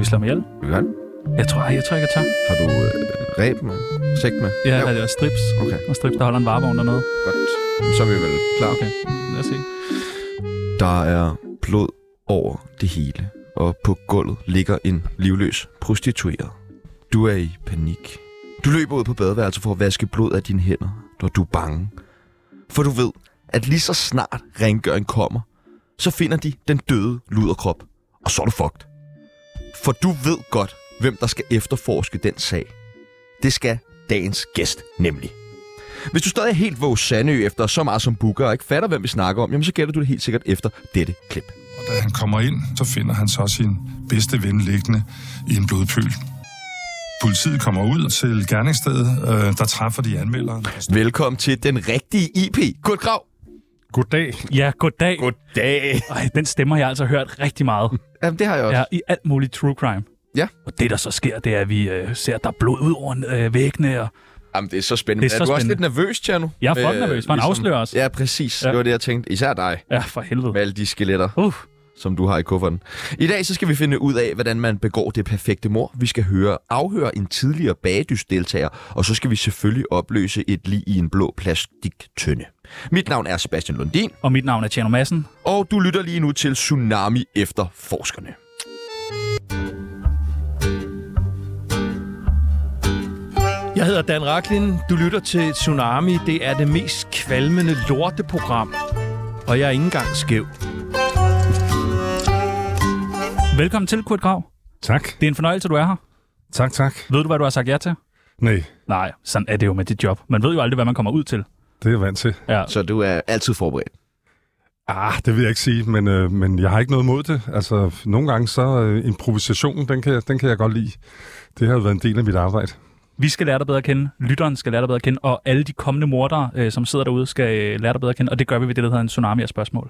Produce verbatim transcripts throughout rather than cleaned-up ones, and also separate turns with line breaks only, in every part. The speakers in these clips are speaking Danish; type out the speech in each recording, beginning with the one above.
vi slå mig ihjel?
Ja.
Jeg tror, jeg, jeg tror, jeg kan tage.
Har du øh, ræb med? Sæk med?
Ja, ja. Det er strips.
Okay.
Og strips, der holder en varevogn dernede.
Godt. Så er vi vel klar.
Okay, lad os se.
Der er blod over det hele, og på gulvet ligger en livløs prostitueret. Du er i panik. Du løber ud på badeværelset for at vaske blod af dine hænder, når du er bange. For du ved, at lige så snart rengøring kommer, så finder de den døde luderkrop, og så er du fucked. For du ved godt, hvem der skal efterforske den sag. Det skal dagens gæst nemlig. Hvis du stadig er helt våg Sandø efter så meget som booker og ikke fatter, hvem vi snakker om, jamen så gætter du det helt sikkert efter dette klip.
Og da han kommer ind, så finder han så sin bedste ven liggende i en blodpøl. Politiet kommer ud til gerningsstedet, øh, der træffer de anmeldere.
Velkommen til den rigtige I P, Kurt Grav.
Goddag.
Ja, goddag.
Goddag.
Ej, den stemme har jeg altså hørt rigtig meget.
Jamen, det har jeg også.
Ja, i alt muligt true crime.
Ja.
Og det, der så sker, det er, at vi øh, ser, at der er blod ud over øh, væggene. Og...
Jamen, det er så spændende.
Det er,
er
så
du
spændende.
også lidt nervøs, Tjerno?
Jeg er fucking nervøs, for han afslører os.
Ja, præcis.
Ja.
Det var det, jeg tænkte. Især dig.
Ja, for helvede.
Med alle de skeletter,
Uh.
som du har i kufferten. I dag så skal vi finde ud af, hvordan man begår det perfekte mord. Vi skal høre afhøre en tidligere bagedysdeltager, og så skal vi selvfølgelig opløse et lig i en blå plastiktønde. Mit navn er Sebastian Lundin.
Og mit navn er Tjerno Madsen.
Og du lytter lige nu til Tsunami efter forskerne.
Jeg hedder Dan Rachlin. Du lytter til Tsunami. Det er det mest kvalmende lorteprogram. Og jeg er ikke engang skæv.
Velkommen til, Kurt Grav.
Tak.
Det er en fornøjelse, du er her.
Tak, tak.
Ved du, hvad du har sagt ja til?
Nej,
Nej, sådan er det jo med dit job. Man ved jo aldrig, hvad man kommer ud til.
det er jeg vant til.
Ja.
Så du er altid forberedt.
Ah, det vil jeg ikke sige, men, øh, men jeg har ikke noget mod det. Altså, nogle gange så øh, improvisationen, den kan, den kan jeg godt lide. Det har jo været en del af mit arbejde.
Vi skal lære dig bedre at kende, lytteren skal lære dig bedre at kende, og alle de kommende mordere, øh, som sidder derude, skal øh, lære dig bedre at kende, og det gør vi ved det, der hedder en tsunami af spørgsmål.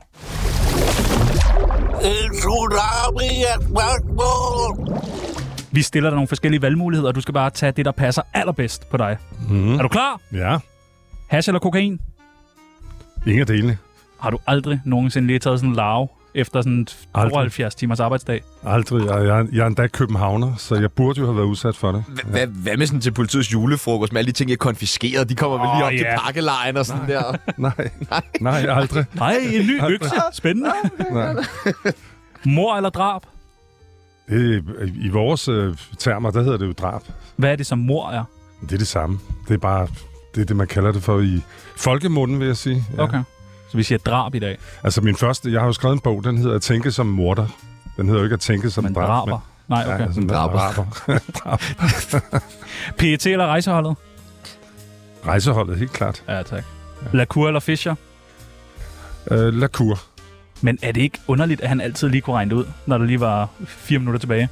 En tsunami af spørgsmål!
Vi stiller dig nogle forskellige valgmuligheder, og du skal bare tage det, der passer allerbedst på dig.
Mm.
Er du klar?
Ja,
Hash eller kokain?
ingen af delene.
Har du aldrig nogensinde lige taget sådan en larve efter sådan tooghalvfjerds timers arbejdsdag?
Aldrig. Jeg, jeg, jeg er endda københavner, så jeg burde jo have været udsat for det.
H- ja. Hvad med sådan til politiets julefrokost med alle de ting, jeg konfiskerede? De kommer vel lige
Åh,
op
ja.
til pakkelejen og sådan der.
Nej, nej, aldrig.
Nej, en ny økse. Spændende.
Nej.
Mor eller drab?
Det, er- I vores øh, termer, der hedder det jo drab.
Hvad er det, som mor er?
Det er det samme. Det er bare det, er det man kalder det for i folkemunden, vil jeg sige. Ja.
Okay. Så vi siger drab i dag.
Altså min første, jeg har jo skrevet en bog, den hedder At tænke som morder. Den hedder jo ikke At tænke som
Men
drab.
draber. Nej, okay.
Ja, altså,
Draber.
draber.
P E T eller rejseholdet?
Rejseholdet, helt klart.
Ja, tak. La Cour eller Fischer?
Uh, La Cour.
Men er det ikke underligt, at han altid lige kunne regne det ud, når der lige var fire minutter tilbage?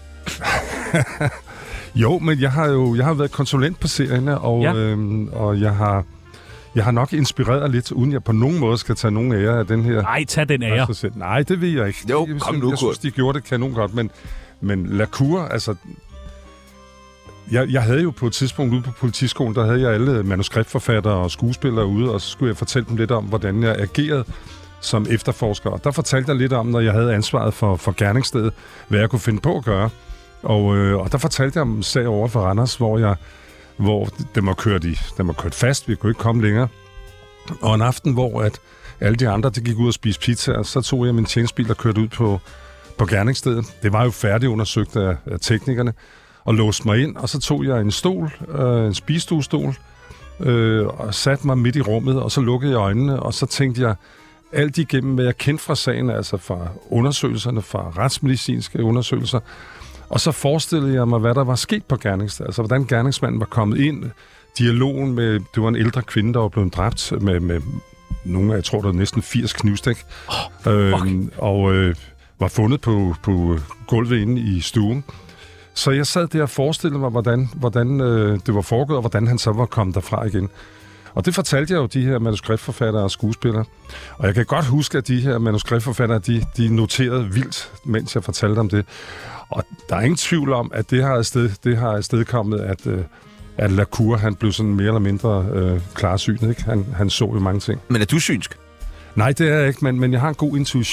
Jo, men jeg har jo jeg har været konsulent på serierne, og,
Ja.
øhm, og jeg har jeg har nok inspireret lidt, uden jeg på nogen måde skal tage nogen ære af den her.
Nej, tag den ære.
Altså, nej, det ved jeg ikke.
Jo,
jeg,
kom
synes,
nu,
Jeg synes,
Kurt.
de gjorde det kanon godt, men, men La Cour, altså... Jeg, jeg havde jo på et tidspunkt ude på politiskolen, der havde jeg alle manuskriptforfattere og skuespillere ude, og så skulle jeg fortælle dem lidt om, hvordan jeg agerede som efterforsker. Og der fortalte jeg lidt om, når jeg havde ansvaret for, for gerningsstedet, hvad jeg kunne finde på at gøre. Og, øh, og der fortalte jeg om en sag over for Randers, hvor jeg hvor den var kørt i, den var kørt fast, vi kunne ikke komme længere. Og en aften, hvor at alle de andre, der gik ud og spiste pizza, og så tog jeg min tjenestebil og kørte ud på, på gerningsstedet. Det var jo færdigundersøgt af, af teknikerne, og låste mig ind, og så tog jeg en stol, øh, en spisestuestol, øh, og satte mig midt i rummet, og så lukkede jeg øjnene, og så tænkte jeg, alt igennem, hvad jeg kendte fra sagen, altså fra undersøgelserne, fra retsmedicinske undersøgelser, og så forestillede jeg mig, hvad der var sket på gerningsstedet, altså hvordan gerningsmanden var kommet ind, dialogen med, det var en ældre kvinde, der var blevet dræbt med, med nogle af, jeg tror, der var næsten firs knivstik,
Oh,
øh, og øh, var fundet på, på gulvet inde i stuen. Så jeg sad der og forestillede mig, hvordan, hvordan øh, det var foregået, og hvordan han så var kommet derfra igen. Og det fortalte jeg jo de her manuskriptforfattere og skuespillere. Og jeg kan godt huske, at de her manuskriptforfattere, de, de noterede vildt, mens jeg fortalte om det. Og der er ingen tvivl om, at det har afsted, det har afstedkommet, at, øh, at La Cour, han blev sådan mere eller mindre øh, klarsynet, ikke? Han, han så jo mange ting.
Men er du synsk?
Nej, det er jeg ikke, men, men jeg har en god intuition.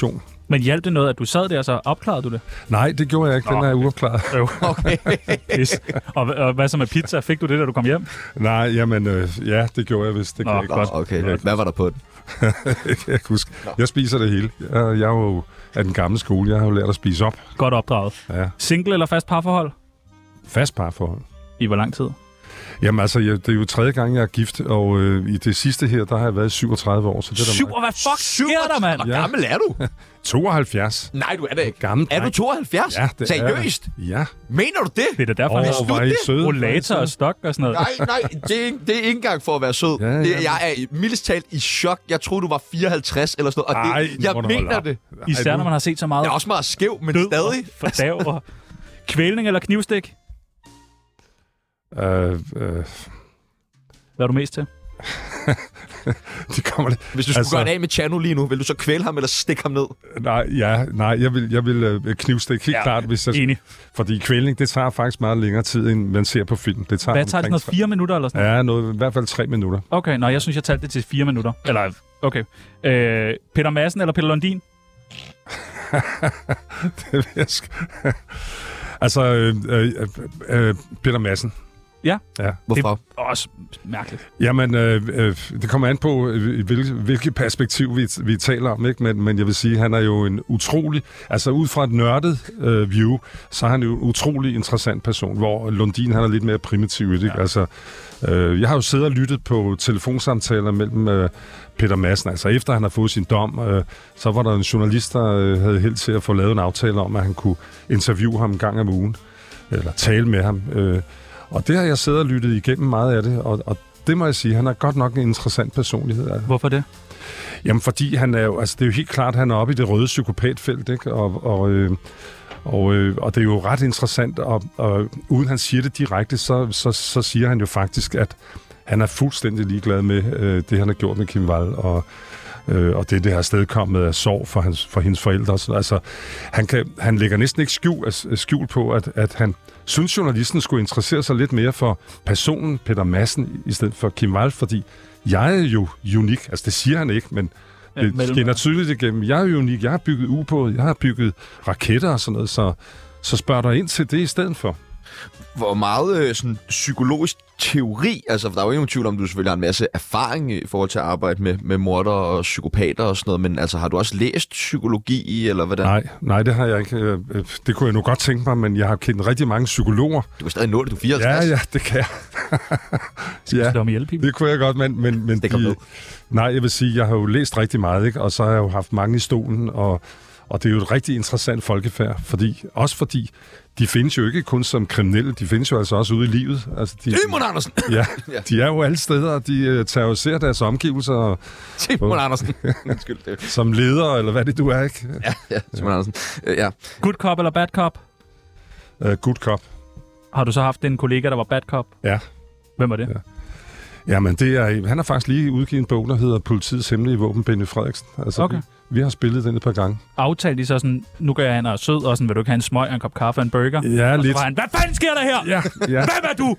Men hjalp det noget, at du sad der, så opklarede du det?
Nej, det gjorde jeg ikke. Den
Nå.
er uopklaret.
Okay.
Yes. Og, og hvad så med pizza? Fik du det, da du kom hjem?
Nej, jamen, øh, ja, det gjorde jeg vist. Det kan
Nå,
jeg ikke.
godt.
Okay, hvad var der på den?
Jeg kan ikke huske. Jeg spiser det hele. Jeg, jeg er jo af den gamle skole. Jeg har jo lært at spise op.
Godt opdraget.
Ja.
Single eller fast parforhold?
Fast parforhold.
I hvor lang tid?
Jamen altså, jeg, det er jo tredje gang, jeg er gift, og øh, i det sidste her, der har jeg været i syvogtredive år. Så det er
Syv,
der
hvad fuck sker der, mand?
Hvor gammel er du?
tooghalvfjerds.
Nej, du er da ikke.
Gammel
Er du tooghalvfjerds?
Ja, det
Seriøst?
er jeg. Ja.
Mener du det?
Det er da derfor,
Åh,
han
hvor er I søde.
rollator og stok og sådan noget.
Nej, nej, det er, ikke, det er ikke engang for at være sød.
Ja, ja,
det, jeg er mildest talt i chok. Jeg troede, du var fireoghalvtreds eller sådan noget. Og
Ej,
det, jeg
må du holde
mener
op.
det.
Især
Ej,
når man har set så meget
Jeg er også meget skæv, men
død
stadig.
og fordaver. Kvælning eller knivstik?
Øh, øh,
Hvad er du mest til?
det kommer det.
Hvis du skulle
Altså-
gøre en af med Chano lige nu, vil du så kvæle ham eller stikke ham ned?
Nej, ja, nej, jeg vil, jeg vil øh, knivstikke helt
Ja,
klart, hvis jeg,
Enig.
fordi kvælning, det tager faktisk meget længere tid, end man ser på film. Det tager
Hvad tager det sådan
omkring
noget? Fire minutter eller sådan noget?
Ja, noget, i hvert fald tre minutter.
Okay, nej, jeg synes, jeg talte det til fire minutter. Eller, okay. Øh, Peter Madsen eller Peter Lundin?
det vil jeg sk- altså, øh, øh, øh, Peter Madsen.
Ja.
Ja.
Hvorfor?
Det er også mærkeligt.
Jamen, øh, øh, det kommer an på, øh, hvilket, hvilket perspektiv vi, vi taler om, ikke? Men, men jeg vil sige, at han er jo en utrolig, altså ud fra et nørdet øh, view, så er han jo en utrolig interessant person, hvor Lundin, han er lidt mere primitiv, ikke? Ja. Altså, øh, jeg har jo siddet og lyttet på telefonsamtaler mellem øh, Peter Madsen, altså efter han har fået sin dom, øh, så var der en journalist, der øh, havde held til at få lavet en aftale om, at han kunne interviewe ham en gang om ugen, eller tale med ham, øh, og det har jeg siddet og lyttet igennem meget af det, og, og det må jeg sige, han er godt nok en interessant personlighed. Altså.
Hvorfor det?
Jamen, fordi han er jo, altså det er jo helt klart, at han er oppe i det røde psykopatfelt, ikke? Og, og, øh, og, øh, og det er jo ret interessant, og, og uden han siger det direkte, så, så, så siger han jo faktisk, at han er fuldstændig ligeglad med øh, det, han har gjort med Kim Wall, og Øh, og det, det har stedkommet af sorg for, hans, for hendes forældre. Så, altså, han, kan, han lægger næsten ikke skjul, skjul på, at, at han synes, journalisten skulle interessere sig lidt mere for personen Peter Madsen, i stedet for Kim Wall, fordi jeg er jo unik. Altså, det siger han ikke, men
Ja,
det
mellem-
skinner tydeligt igennem. Jeg er jo unik. Jeg har bygget ubåde, jeg har bygget raketter og sådan noget, så, så spørg dig ind til det i stedet for.
Hvor meget øh, sådan, psykologisk teori, altså der er jo ingen tvivl om, du selvfølgelig har en masse erfaring i forhold til at arbejde med, med morder og psykopater og sådan noget, men altså har du også læst psykologi i, eller hvordan?
Nej, nej, det har jeg ikke. Øh, øh, Det kunne jeg nu godt tænke mig, men jeg har kendt rigtig mange psykologer.
Du kan stadig nå det, du er fireoghalvtreds.
Ja, ja, det kan jeg.
Skal
Ja.
slå ham ihjel, Pibel?
Det kunne jeg godt, men... men, men
Det kom ned.
nej, jeg vil sige, jeg har jo læst rigtig meget, ikke? Og så har jeg jo haft mange i stolen, og, og det er jo et rigtig interessant folkefærd, fordi, også fordi de findes jo ikke kun som kriminelle, de findes jo altså også ude i livet. Altså, de,
Simon Andersen!
ja,
Ja.
de er jo alle steder, og de uh, terroriserer deres omgivelser og,
Simon Andersen! Undskyld, det.
som leder, eller hvad det du er, ikke?
Ja, ja, Simon Andersen. Øh, ja.
Good cop eller bad cop?
Uh, good cop.
Har du så haft en kollega, der var bad cop?
Ja.
Hvem var det?
Ja. Jamen, det er, han har faktisk lige udgivet en bog, der hedder Politiets Hemmelige Våben, Benny Frederiksen. Altså,
Okay.
vi, vi har spillet den et par gange.
Aftalte de så sådan, nu gør jeg han er sød, og sådan, vil du ikke have en smøg, en kop kaffe og en burger?
Ja,
Og så
lidt.
var han, hvad fanden sker der her?
Ja, ja.
Hvem er du?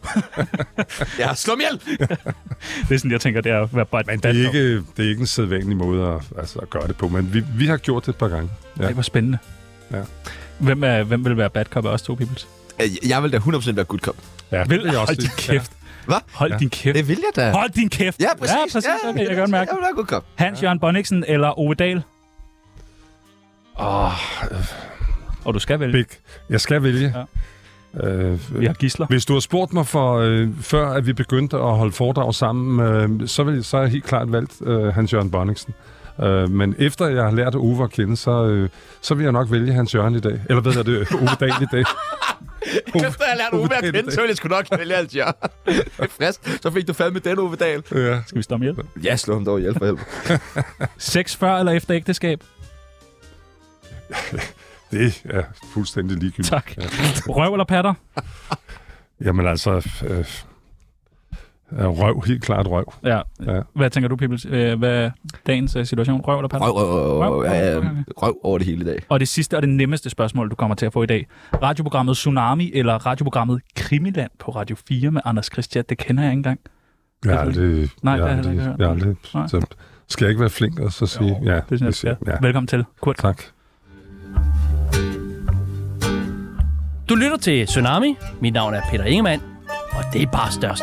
Ja, slå mig ihjel!
Det er sådan, jeg tænker, det er at være bad,
Men
bad
det er,
cop.
ikke, det er ikke en sædvanlig måde at, altså, at gøre det på, men vi, vi har gjort det et par gange. Ja.
Det var spændende.
Ja.
Hvem, er, hvem vil være bad cop af os to, Pibels?
Øh, Jeg vil da hundrede procent være good cop.
Ja, det
Vil,
vil jeg også
hold din
sige.
kæft.
Hvad?
Hold
Ja.
din kæft.
Det vil jeg da.
Hold din kæft.
Ja, præcis.
Ja, præcis. Okay, jeg kan godt mærke.
Jeg vil være good cop.
Hans Jørgen Bonniksen eller Ove Dahl?
Åh,
Og du skal vælge.
Big. Jeg skal vælge.
Ja.
Øh,
Vi har gidsler.
Hvis du har spurgt mig for øh, før, at vi begyndte at holde foredrag sammen, øh, så, vil, så har jeg helt klart valgt øh, Hans Jørgen Bonniksen. Øh, men efter jeg har lært Ove at kende, så, øh, så vil jeg nok vælge Hans Jørgen i dag. Eller hvad hedder det? Ove Dahl i dag.
Efter jeg lærte Ove at kende, så ville jeg sgu nok vælge alt, ja. Det er frisk. Så fik du fandme den, Ove Dahl.
Ja.
Skal vi stå med hjælp?
Ja, slå ham dog ihjel for helvede.
Sex før eller efter ægteskab?
Det er fuldstændig ligegyldigt.
Tak.
Ja.
Røv eller patter?
Jamen altså, øh, øh, røv, helt klart røv.
Ja.
Ja.
Hvad tænker du, Pibels? Øh, Hvad er dagens øh, situation? Røv eller patter?
Røv, røv, røv, røv,
Røv,
ja, ja,
okay, okay.
røv over det hele i dag.
Og det sidste og det nemmeste spørgsmål, du kommer til at få i dag. Radioprogrammet Tsunami eller radioprogrammet Krimiland på Radio fire med Anders Christian? Det kender jeg ikke engang.
Jeg har aldrig...
Nej,
jeg
det har
har
jeg
aldrig,
ikke hørt.
jeg har aldrig
Nej.
så skal jeg ikke være flink og så sige...
Jo,
ja,
Det synes jeg,
siger-
ja. Velkommen til, Kurt.
Tak.
Du lytter til Tsunami. Mit navn er Peter Ingemann, og det er bare størst.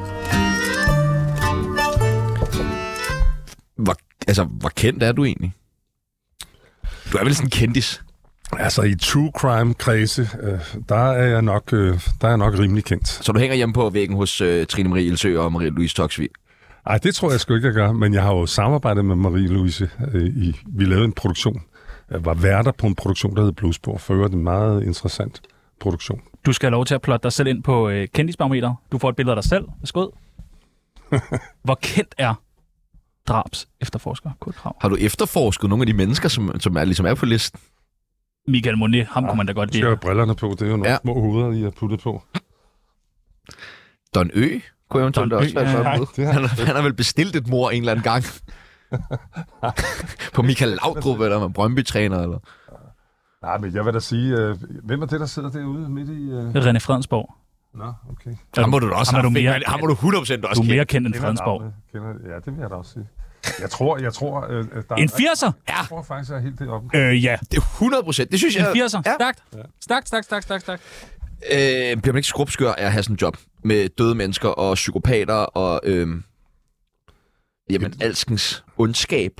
Hvor, altså, hvor kendt er du egentlig? Du er vel sådan en kendis?
Altså, i true crime-kredse, øh, der, er jeg nok, øh, der er jeg nok rimelig kendt.
Så du hænger hjemme på væggen hos øh, Trine Marie Ilsø og Marie-Louise Toksvig?
Ej, det tror jeg sgu ikke, jeg gør, men jeg har jo samarbejdet med Marie-Louise. Øh, i, vi lavede en produktion. Jeg var værter på en produktion, der hed Blodspor. For øvrigt en meget interessant produktion.
Du skal have lov til at plotte dig selv ind på øh, kendisbarometer. Du får et billede af dig selv. Værsgo. Hvor kendt er drabs efterforsker Kurt Kragh?
Har du efterforsket nogle af de mennesker, som, som er, ligesom er på listen?
Michael Monet, ham ja, kunne man da godt lide.
Jeg har brillerne på, det er jo nogle ja. små hoveder, I har puttet på.
Don Ø kunne eventuelt
Don
også
Ø,
være
ja,
ja, han, han har vel bestilt et mor en eller anden gang. På Michael Laudrup, eller med Brøndby-træner, eller?
Nej, men jeg vil da sige, øh, hvem er det, der sidder derude midt i... Øh...
René Fredensborg.
Nå, okay.
Ham må du da også
ham
have
du mere,
ham må du hundrede procent også
Du er
kende.
mere kendt end Fredensborg.
Ja, det vil jeg da også sige. Jeg tror, jeg tror... Øh, der
en firser?
Ja. Jeg tror faktisk, jeg er helt deroppe.
Øh, ja.
Det er hundrede procent. Det synes jeg...
En firser?
Ja.
Stærkt. Stærkt, stærkt, stærkt, stærkt, stærkt.
Øh, bliver man ikke skrubskør af at have sådan en job med døde mennesker og psykopater og... Øh, jamen, alskens ondskab?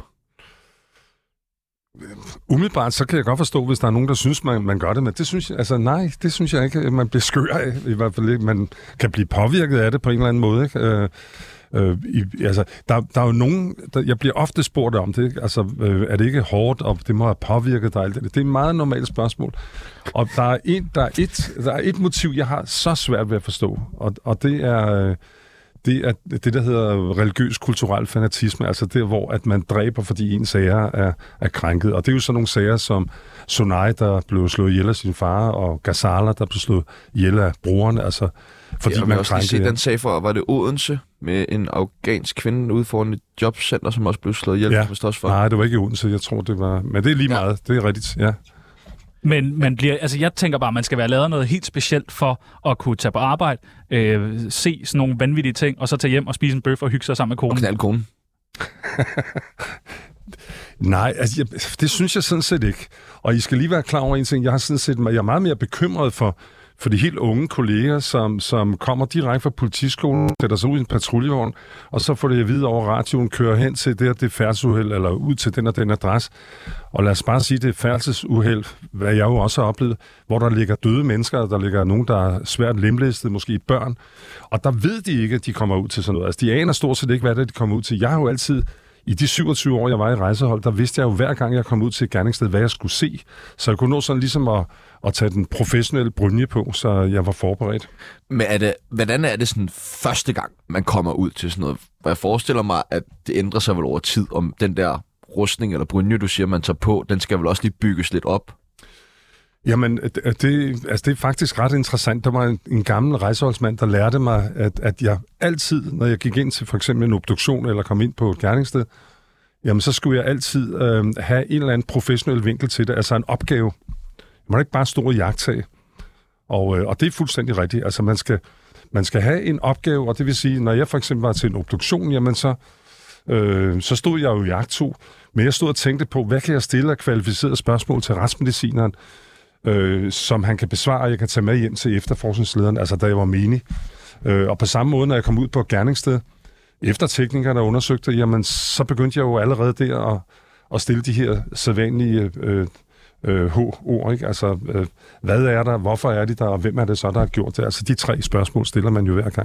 Umiddelbart, så kan jeg godt forstå, hvis der er nogen, der synes, man, man gør det, men det synes jeg, altså nej, det synes jeg ikke, man bliver skør af, i hvert fald ikke. Man kan blive påvirket af det på en eller anden måde, ikke? Øh, øh, i, altså, der, der er jo nogen, der, jeg bliver ofte spurgt om det, ikke? Altså, øh, er det ikke hårdt, og det må have påvirket dig? Det er et meget normalt spørgsmål. Og der er, en, der, er et, der er et motiv, jeg har så svært ved at forstå, og, og det er... Det er det, der hedder religiøs kulturel fanatisme, altså der, hvor at man dræber, fordi en sager er, er krænket. Og det er jo sådan nogle sager som Sonai, der blev slået ihjel af sin far, og Ghazala, der blev slået ihjel af broren, altså fordi
ja,
man
også lige se den sag for, var det Odense, med en afghansk kvinde ude foran et jobcenter, som også blev slået ihjel?
Ja,
også for.
Nej, det var ikke i Odense, jeg tror, det var... Men det er lige ja. meget, det er rigtigt, ja.
Men man bliver, altså jeg tænker bare, at man skal være lavet noget helt specielt for at kunne tage på arbejde, øh, se sådan nogle vanvittige ting, og så tage hjem og spise en bøf og hygge sig sammen med konen.
Og knalde konen.
Nej, altså, jeg, det synes jeg sådan set ikke. Og I skal lige være klar over en ting. Jeg har sådan set, jeg er meget mere bekymret for, for de helt unge kolleger, som, som kommer direkte fra politiskolen, sætter sig ud i en patruljevogn, og så får det at vide over radioen, kører hen til det og det færdselsuheld, eller ud til den og den adresse. Og lad os bare sige, det er færdselsuheld, hvad jeg jo også har oplevet, hvor der ligger døde mennesker, der ligger nogen, der er svært lemlæstet, måske børn. Og der ved de ikke, at de kommer ud til sådan noget. Altså, de aner stort set ikke, hvad det er, de kommer ud til. Jeg har jo altid... I de syvogtyve år, jeg var i rejsehold, der vidste jeg jo hver gang, jeg kom ud til et gerningssted, hvad jeg skulle se. Så jeg kunne nå sådan ligesom at, at tage den professionelle brynje på, så jeg var forberedt.
Men er det, hvordan er det sådan første gang, man kommer ud til sådan noget? For jeg forestiller mig, at det ændrer sig vel over tid, om den der rustning eller brynje, du siger, man tager på, den skal vel også lige bygges lidt op?
Jamen, det, altså, det er faktisk ret interessant. Der var en, en gammel rejseholdsmand, der lærte mig, at, at jeg altid, når jeg gik ind til for eksempel en obduktion eller kom ind på et gerningssted, jamen så skulle jeg altid øh, have en eller anden professionel vinkel til det, altså en opgave. Man må ikke bare stå og jagttage. Og, øh, og det er fuldstændig rigtigt. Altså man skal, man skal have en opgave, og det vil sige, når jeg for eksempel var til en obduktion, jamen så, øh, så stod jeg jo i jagttog, men jeg stod og tænkte på, hvad kan jeg stille af kvalificerede spørgsmål til retsmedicineren, Øh, som han kan besvare, og jeg kan tage med hjem til efterforskningslederen, altså da jeg var menig. Øh, og på samme måde, når jeg kom ud på et gerningssted, efter teknikere, der undersøgte, jamen så begyndte jeg jo allerede der at, at stille de her sædvanlige øh, øh, H-ord, ikke? Altså, øh, hvad er der, hvorfor er de der, og hvem er det så, der har gjort det? Altså de tre spørgsmål stiller man jo hver gang.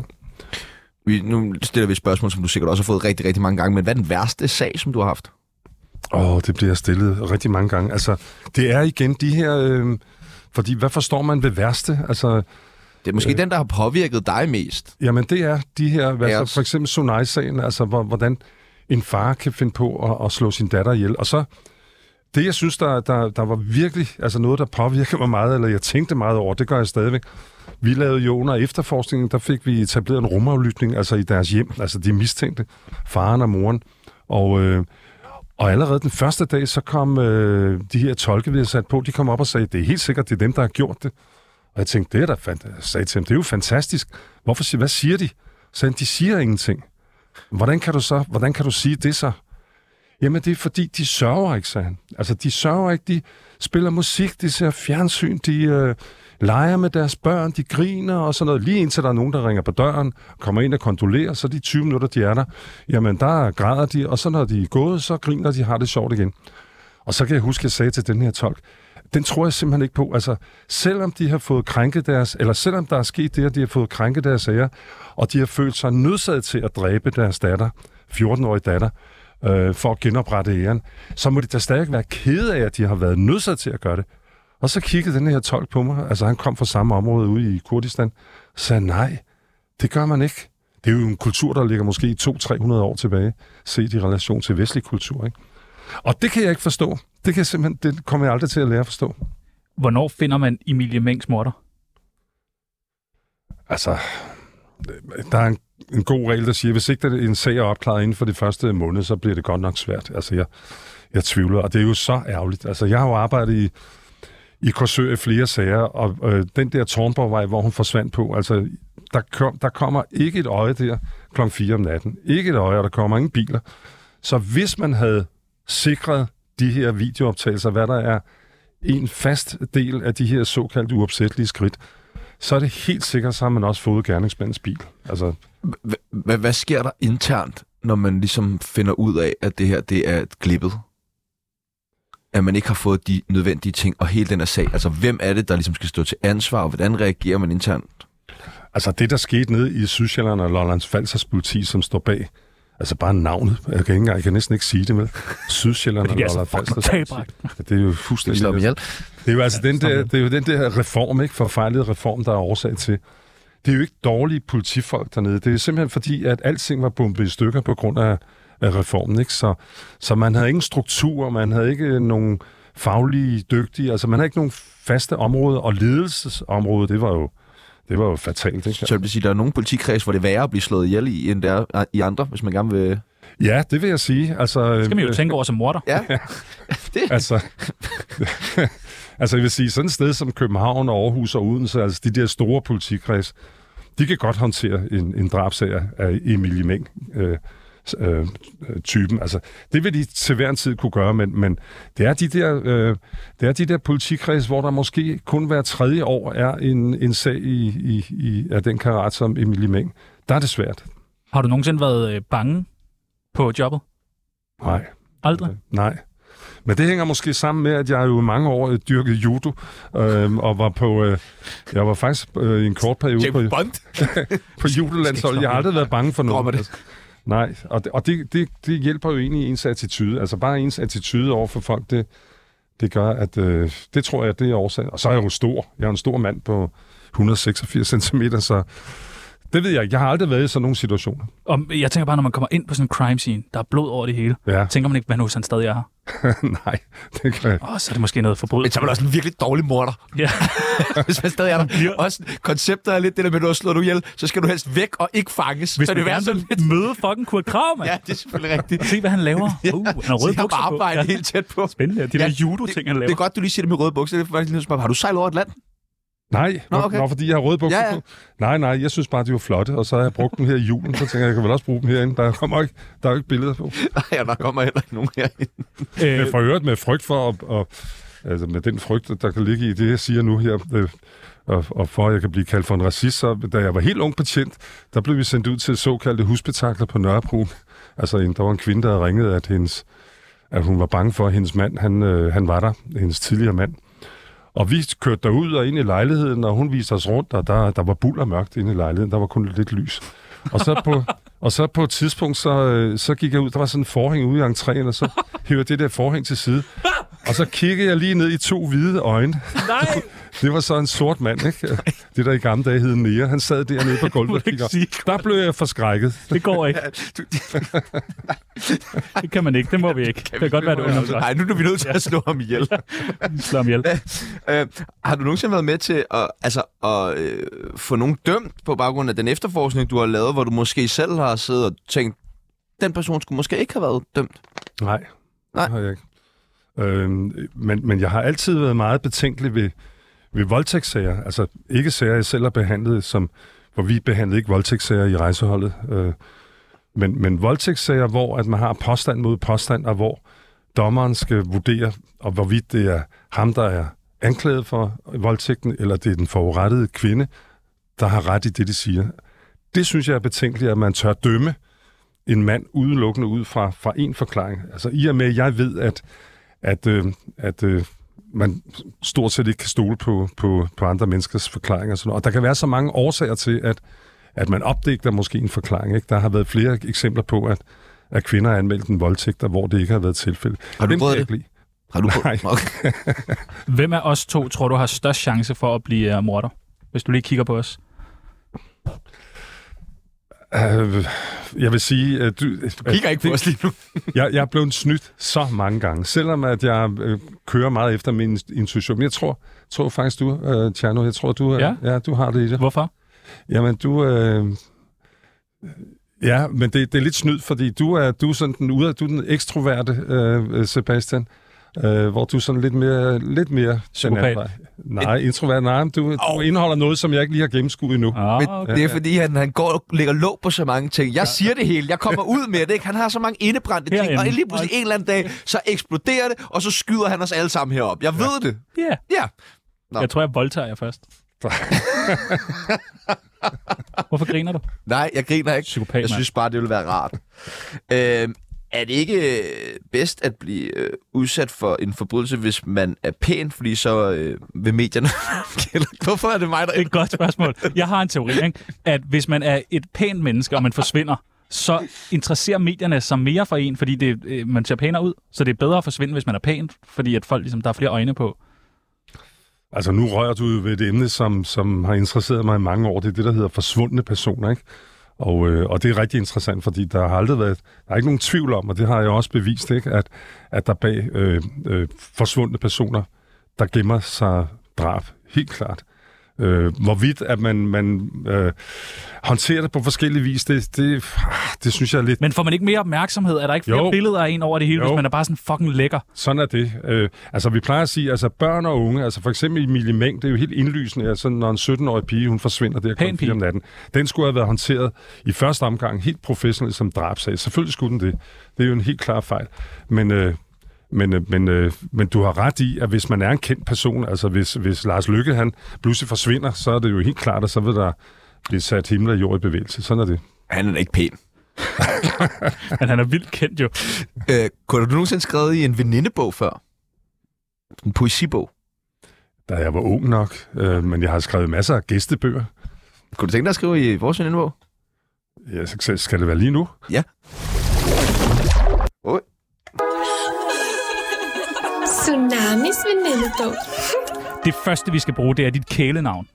Vi, nu stiller vi et spørgsmål, som du sikkert også har fået rigtig, rigtig mange gange, men hvad er den værste sag, som du har haft?
Åh, oh, det bliver stillet rigtig mange gange. Altså, det er igen de her... Øh, fordi, hvad forstår man ved værste? Altså,
det er måske øh, den, der har påvirket dig mest.
Jamen, det er de her... Altså, for eksempel Sonai-sagen, altså, hvordan en far kan finde på at, at slå sin datter ihjel. Og så... Det, jeg synes, der, der, der var virkelig altså noget, der påvirkede mig meget, eller jeg tænkte meget over, det gør jeg stadigvæk. Vi lavede jo under efterforskningen, der fik vi etableret en rumaflytning, altså i deres hjem. Altså, de mistænkte faren og moren. Og... Øh, Og allerede den første dag, så kom øh, de her tolke, vi havde sat på, de kom op og sagde, det er helt sikkert, det er dem, der har gjort det. Og jeg tænkte, det er da fantastisk. Jeg sagde til dem, det er jo fantastisk. Hvorfor, hvad siger de? Så de siger ingenting. Hvordan kan du så, hvordan kan du sige det så? Jamen, det er fordi, de sørger ikke, sagde han. Altså, de sørger ikke, de spiller musik, de ser fjernsyn, de øh, leger med deres børn, de griner og sådan noget. Lige indtil der er nogen, der ringer på døren, kommer ind og kondolerer, så de tyve minutter, de er der, jamen, der græder de, og så når de er gået, så griner de, har det sjovt igen. Og så kan jeg huske, at jeg sagde til den her tolk, den tror jeg simpelthen ikke på. Altså, selvom de har fået krænket deres, eller selvom der er sket det, at de har fået krænket deres ære, og de har følt sig nødsaget til at dræbe deres datter, fjorten-årige datter, øh, for at genoprette æren, så må de da stadig være kede af, at de har været nødsaget til at gøre det. Og så kiggede den her tolk på mig, altså han kom fra samme område ude i Kurdistan, og sagde, nej, det gør man ikke. Det er jo en kultur, der ligger måske to til tre hundrede år tilbage, set i relation til vestlig kultur, ikke? Og det kan jeg ikke forstå. Det kan jeg simpelthen, det kommer jeg aldrig til at lære at forstå.
Hvornår finder man Emilie Mengs morder?
Altså, der er en, en god regel, der siger, hvis ikke en sag er opklaret inden for de første måned, så bliver det godt nok svært. Altså, jeg, jeg tvivler, og det er jo så ærgerligt. Altså, jeg har jo arbejdet i, i Korsør i flere sager, og øh, den der Tårnborgvej, hvor hun forsvandt på, altså, der, kom, der kommer ikke et øje der klokken fire om natten. Ikke et øje, og der kommer ingen biler. Så hvis man havde sikret de her videooptagelser, hvad der er en fast del af de her såkaldt uopsættelige skridt, så er det helt sikkert, så har man også fået gerningsmandens bil. Altså...
Hvad sker der internt, når man ligesom finder ud af, at det her det er glippet? At man ikke har fået de nødvendige ting, og hele den her sag. Altså, hvem er det, der ligesom skal stå til ansvar, og hvordan reagerer man internt?
Altså, det, der skete nede i Sydsjælland og Lollands Falsters politi, som står bag, altså bare navnet. Jeg kan, ikke, jeg kan næsten ikke sige det med. Sydsjælland og Lollands Falsters. Det er jo fuldstændig... Det er jo altså den der, det er jo den der reform, ikke? Forfejlede reform, der er årsag til. Det er jo ikke dårlige politifolk dernede. Det er simpelthen fordi, at alting var bumpet i stykker på grund af, af reformen, ikke? Så, så man havde ingen struktur, man havde ikke nogen faglige dygtige, altså man havde ikke nogen faste områder, og ledelsesområdet, det var jo Det var jo fatalt, ikke?
Så jeg vil sige, der er nogle politikreds, hvor det er værre at blive slået ihjel i, end der er i andre, hvis man gerne vil...
Ja, det vil jeg sige. Altså,
det skal man jo øh, tænke over som morder.
Ja.
det. Altså, altså, jeg vil sige, sådan et sted som København og Aarhus og Odense, altså de der store politikreds, de kan godt håndtere en, en drabsag af Emilie Meng. Øh, Øh, typen. Altså, det vil de til hver en tid kunne gøre, men, men det er de der, øh, det er de der politikreds, hvor der måske kun hver tredje år er en, en sag i, i, i, af den karat som Emilie Meng. Der er det svært.
Har du nogensinde været øh, bange på jobbet?
Nej.
Aldrig?
Nej. Men det hænger måske sammen med, at jeg jo i mange år øh, dyrket judo, øh, og var på, øh, jeg var faktisk øh, i en kort periode på, på judolandsholdet. Jeg har aldrig været bange for noget. Nej, og, det, og det, det, det hjælper jo egentlig ens attitude. Altså bare ens attitude over for folk, det, det gør, at øh, det tror jeg, det er årsagen. Og så er jeg jo stor. Jeg er en stor mand på et hundrede og seksogfirs centimeter, så det ved jeg ikke. Jeg har aldrig været i sådan nogle situationer.
Og jeg tænker bare, når man kommer ind på sådan en crime scene, der er blod over det hele, ja. Tænker man ikke, hvad nu, hvis han stadig er her?
Nej, det kan jeg.
Åh, så er det måske noget forbrydelse.
Men så er man også en virkelig dårlig morder.
Ja.
Hvis man stadig er der. Også konceptet er lidt det der med, at du har slået du ihjel, så skal du helst væk og ikke fanges.
Hvis
så
man gerne vil lidt... møde fucking Kurt Kragh, mand.
Ja, det er selvfølgelig rigtigt.
Se, hvad han laver.
Ja.
Uh, han har røde bukser på.
arbejde helt tæt på.
Spændende, de
ja,
der judo-ting, han laver.
Det er godt, du lige siger det med røde bukser. Det er faktisk ligesom, har du sejlet over et land?
Nej,
Nå, okay.
Nå, fordi jeg har røde bukser ja, ja. på. Nej, nej, jeg synes bare, de var flotte, og så har jeg brugt dem her i julen, så tænker jeg, jeg kan vel også bruge dem herinde. Der kommer ikke, der er jo ikke billeder på.
Nej, der kommer heller ikke nogen herinde.
Men for øvrigt med frygt for, og, og, altså med den frygt, der kan ligge i det, jeg siger nu her, øh, og, og for at jeg kan blive kaldt for en racist, så da jeg var helt ung betjent, der blev vi sendt ud til såkaldte husspektakler på Nørrebro. Altså, en, der var en kvinde, der ringede, at, hendes, at hun var bange for, at hendes mand, han, øh, han var der, hendes tidligere mand. Og vi kørte derud og ind i lejligheden, og hun viste os rundt, og der, der var bulder mørkt inde i lejligheden. Der var kun lidt lys. Og så på, og så på et tidspunkt, så, så gik jeg ud. Der var sådan en forhæng ude i entréen, og så hævde det der forhæng til side. Og så kiggede jeg lige ned i to hvide øjne.
Nej!
Det var så en sort mand, ikke? Det der i gamle dage hed Nea. Han sad dernede på gulvet. Der blev jeg forskrækket.
Det går ikke. Det kan man ikke. Det må vi ikke. Det kan godt være, det under.
Nej, nu er vi nødt til at slå ham ihjel.
Slå ham ihjel.
Øh, har du nogensinde været med til at, altså, at øh, få nogen dømt på baggrund af den efterforskning, du har lavet, hvor du måske selv har siddet og tænkt, den person skulle måske ikke have været dømt?
Nej,
Nej.
det har jeg ikke. Øh, men, men jeg har altid været meget betænkelig ved, ved voldtægtssager. Altså ikke sager, jeg selv har behandlet, som, hvor vi behandlede ikke voldtægtssager i rejseholdet. Øh, Men, men voldtægtssager, hvor at man har påstand mod påstand, og hvor dommeren skal vurdere, og hvorvidt det er ham, der er anklaget for voldtægten, eller det er den forurettede kvinde, der har ret i det, de siger. Det synes jeg er betænkeligt, at man tør dømme en mand udelukkende ud fra, fra en forklaring. Altså i og med, at jeg ved, at, at, øh, at øh, man stort set ikke kan stole på, på, på andre menneskers forklaringer. Og, sådan noget. Og der kan være så mange årsager til, at, at man opdægter måske en forklaring. Ikke? Der har været flere eksempler på, at, at kvinder har anmeldt en voldtægt, hvor det ikke har været tilfælde.
Har du prøvet det? Har du
Nej.
Okay.
Hvem af os to tror du har størst chance for at blive uh, morder? Hvis du lige kigger på os.
Uh, jeg vil sige... Uh, du,
du kigger ikke på os lige nu.
jeg, jeg er blevet snydt så mange gange, selvom at jeg uh, kører meget efter min intuition. Men jeg tror, tror faktisk du, uh, Tjerno, jeg tror, du, uh,
ja?
Ja, du har det i det.
Hvorfor?
Jamen, du... Uh, ja, men det, det er lidt snydt, fordi du er, du er sådan den, ude, du er den ekstroverte, uh, Sebastian. Uh, hvor du er sådan lidt mere... Lidt mere
psykopat.
Nej, introvert. Nej, du, oh. du indeholder noget, som jeg ikke lige har gennemskuet endnu.
Oh,
men okay. Det er fordi, han, han går og lægger låg på så mange ting. Jeg siger det hele. Jeg kommer ud med det. Ikke? Han har så mange indebrændte ting. Herinde. Og lige pludselig en eller anden dag, så eksploderer det, og så skyder han os alle sammen herop. Jeg ved ja. det.
Ja. Yeah.
Ja. Nå.
Jeg tror, jeg voldtager jer først. Hvorfor griner du?
Nej, jeg griner ikke.
Psykopat,
jeg synes bare, det ville være rart. øh, er det ikke bedst at blive øh, udsat for en forbrydelse, hvis man er pæn, fordi så øh, vil medierne... Hvorfor er det mig, der...
Et godt spørgsmål. Jeg har en teori, ikke? At hvis man er et pænt menneske, og man forsvinder, så interesserer medierne sig mere for en, fordi det, øh, man ser pænere ud. Så det er bedre at forsvinde, hvis man er pæn, fordi at folk, ligesom, der er flere øjne på.
Altså, nu rører du jo ved et emne, som, som har interesseret mig i mange år. Det er det, der hedder forsvundne personer, ikke? Og, øh, og det er rigtig interessant, fordi der har aldrig været... Der er ikke nogen tvivl om, og det har jeg også bevist, ikke? At, at der bag øh, øh, forsvundne personer, der gemmer sig drab. Helt klart. Øh, hvorvidt at man, man øh, håndterer det på forskellige vis, det, det, det synes jeg er lidt...
Men får man ikke mere opmærksomhed? Er der ikke flere jo. billeder af en over det hele, jo. hvis man er bare sådan fucking lækker?
Sådan er det. Øh, altså, vi plejer at sige, altså børn og unge, altså for eksempel Emilie Meng, det er jo helt indlysende, altså når en sytten-årig pige, hun forsvinder der klokken fire om natten. Den skulle have været håndteret i første omgang helt professionelt som drabsag. Selvfølgelig skulle den det. Det er jo en helt klar fejl. Men... Øh, Men, men, men du har ret i, at hvis man er en kendt person, altså hvis, hvis Lars Løkke han pludselig forsvinder, så er det jo helt klart, at så vil der blive sat himmel og jord i bevægelse. Sådan er det.
Han er da ikke pæn.
Men han er vildt kendt jo.
Øh, kunne du nogensinde skrevet i en venindebog før? En poesibog?
Da jeg var ung nok, øh, men jeg har skrevet masser af gæstebøger.
Kunne du tænke dig at skrive i vores venindebog?
Ja, så skal det være lige nu?
Ja. Oj.
Tsunamis venindebog.
Det første, vi skal bruge, det er dit kælenavn.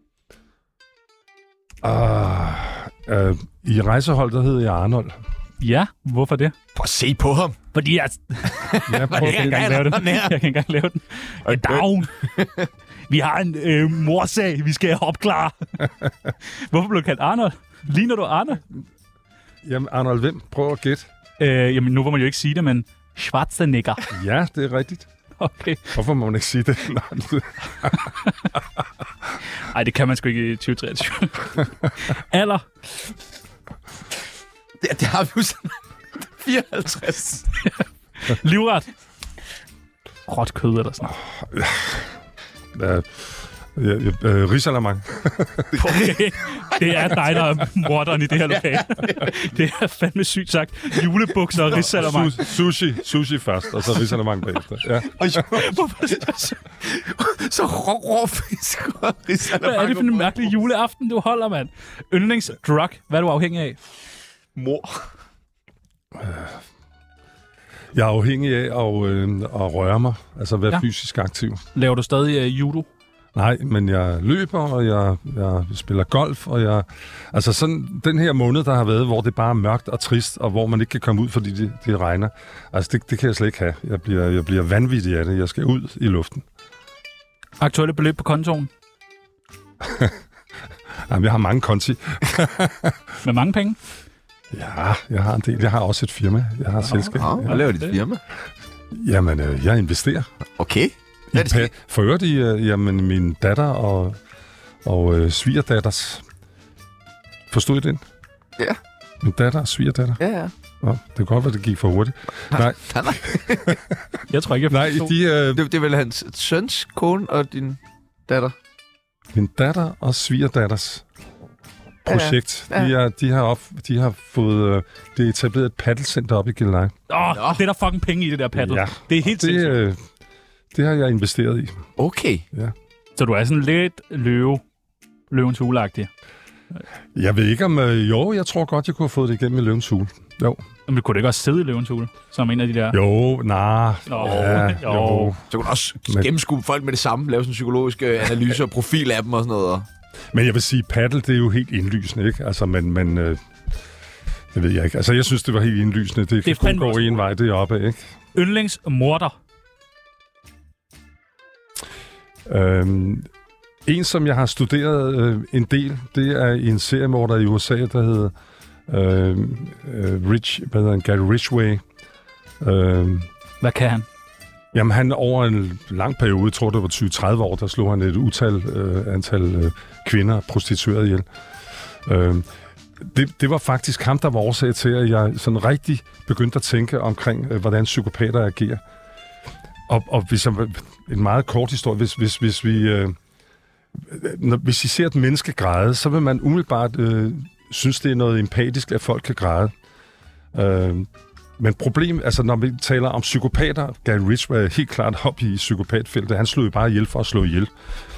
Uh, uh, I rejsehold, der hedder jeg Arnold.
Ja, hvorfor det?
Prøv at se på ham.
Fordi jeg...
Ja, prøv,
jeg kan ikke engang lave den. Jeg kan ikke engang lave den. Okay. Down. Vi har en øh, morsag, vi skal opklare. Hvorfor blev du kaldt Arnold? Ligner du Arne?
Jamen, Arnold, hvem? Prøv at gætte.
Øh, jamen, nu må man jo ikke sige det, men Schwarzenegger.
Ja, det er rigtigt.
Okay.
Hvorfor må man ikke sige det?
Nej, det kan man sgu ikke i tyve treogtyve. Alder?
Det, det har vi jo sådan fireoghalvtreds.
Livret? Råt kød eller sådan
noget. Uh, Ja, øh, Risalamang.
Okay. Det er dig, der er morderen i det her lokale. Det er fandme sygt sagt. Julebukser og Risalamang.
Su- sushi. Sushi først, og så Risalamang bagefter. Ja.
Hvorfor så, så rå, rå fisk og Risalamang?
Hvad er det for en mærkelig juleaften, du holder, mand? Yndlingsdrug. Hvad er du afhængig af?
Mor.
Jeg er afhængig af at, øh, at røre mig. Altså være ja. fysisk aktiv.
Laver du stadig uh, judo?
Nej, men jeg løber, og jeg, jeg spiller golf, og jeg... Altså sådan den her måned, der har været, hvor det bare er mørkt og trist, og hvor man ikke kan komme ud, fordi det, det regner. Altså det, det kan jeg slet ikke have. Jeg bliver, jeg bliver vanvittig af det. Jeg skal ud i luften.
Aktuelle beløb på kontoen?
Jamen, jeg har mange konti.
Med mange penge?
Ja, jeg har en del. Jeg har også et firma. Jeg har et selskab.
Ja. Hvad laver dit firma?
Jamen, øh, jeg investerer.
Okay.
I pa- for øvrigt i øh, jamen, min datter og, og øh, svigerdatters. Forstod I den?
Ja.
Min datter og svigerdatter?
Ja, ja.
Nå, det kan godt være, det gik for hurtigt. Nej,
Nej, nej.
Jeg tror ikke, jeg
nej de, øh,
Det, det er vel hans søns kone og din datter?
min datter og svigerdatters projekt.
Ja, ja.
De, er, de, har op, de har fået øh, det er etableret et paddelcenter op i Gilleleje.
Åh, oh, det er der fucking penge i, det der paddle.
Ja.
Det er helt
Det,
sindssygt.
øh, det har jeg investeret i.
Okay.
Så du er sådan lidt løve, løvens hule-agtig.
Jeg ved ikke om... Øh, jo, jeg tror godt, jeg kunne have fået det igennem i Løvens Hule. Jo.
Men du kunne da ikke også sidde i løvens hule, som en af de der...
Jo, nej.
Nå,
Ja,
jo.
jo.
Så kunne du også
Men-
gennemskue folk med det samme, lave sådan en psykologisk øh, analyse og profil af dem og sådan noget.
Men jeg vil sige, paddle, det er jo helt indlysende, ikke? Altså, men... men øh, det ved jeg ikke. Altså, jeg synes, det var helt indlysende. Det,
Det er
det kan
fandme
kun gå
også
en vej, det er oppe, ikke?
Yndlingsmorder.
Øhm, en, som jeg har studeret øh, en del, det er en seriemorder i U S A, der hedder øh, øh, Rich, hvad hedder han, Gary Ridgway. Øh,
Hvad kan han?
jamen, han over en lang periode, jeg tror det var tyve til tredive år, der slog han et utal øh, antal øh, kvinder prostituerede ihjel. Øh, det, det var faktisk ham, der var årsag til, at jeg sådan rigtig begyndte at tænke omkring, øh, hvordan psykopater agerer. Og, og hvis jeg, en meget kort historie, hvis, hvis, hvis vi... Øh, når, hvis I ser et menneske græde, så vil man umiddelbart øh, synes, det er noget empatisk, at folk kan græde. Øh, men problem, altså når vi taler om psykopater, Gary Ridgway er helt klart op i psykopatfeltet. Han slog jo bare ihjel for at slå ihjel.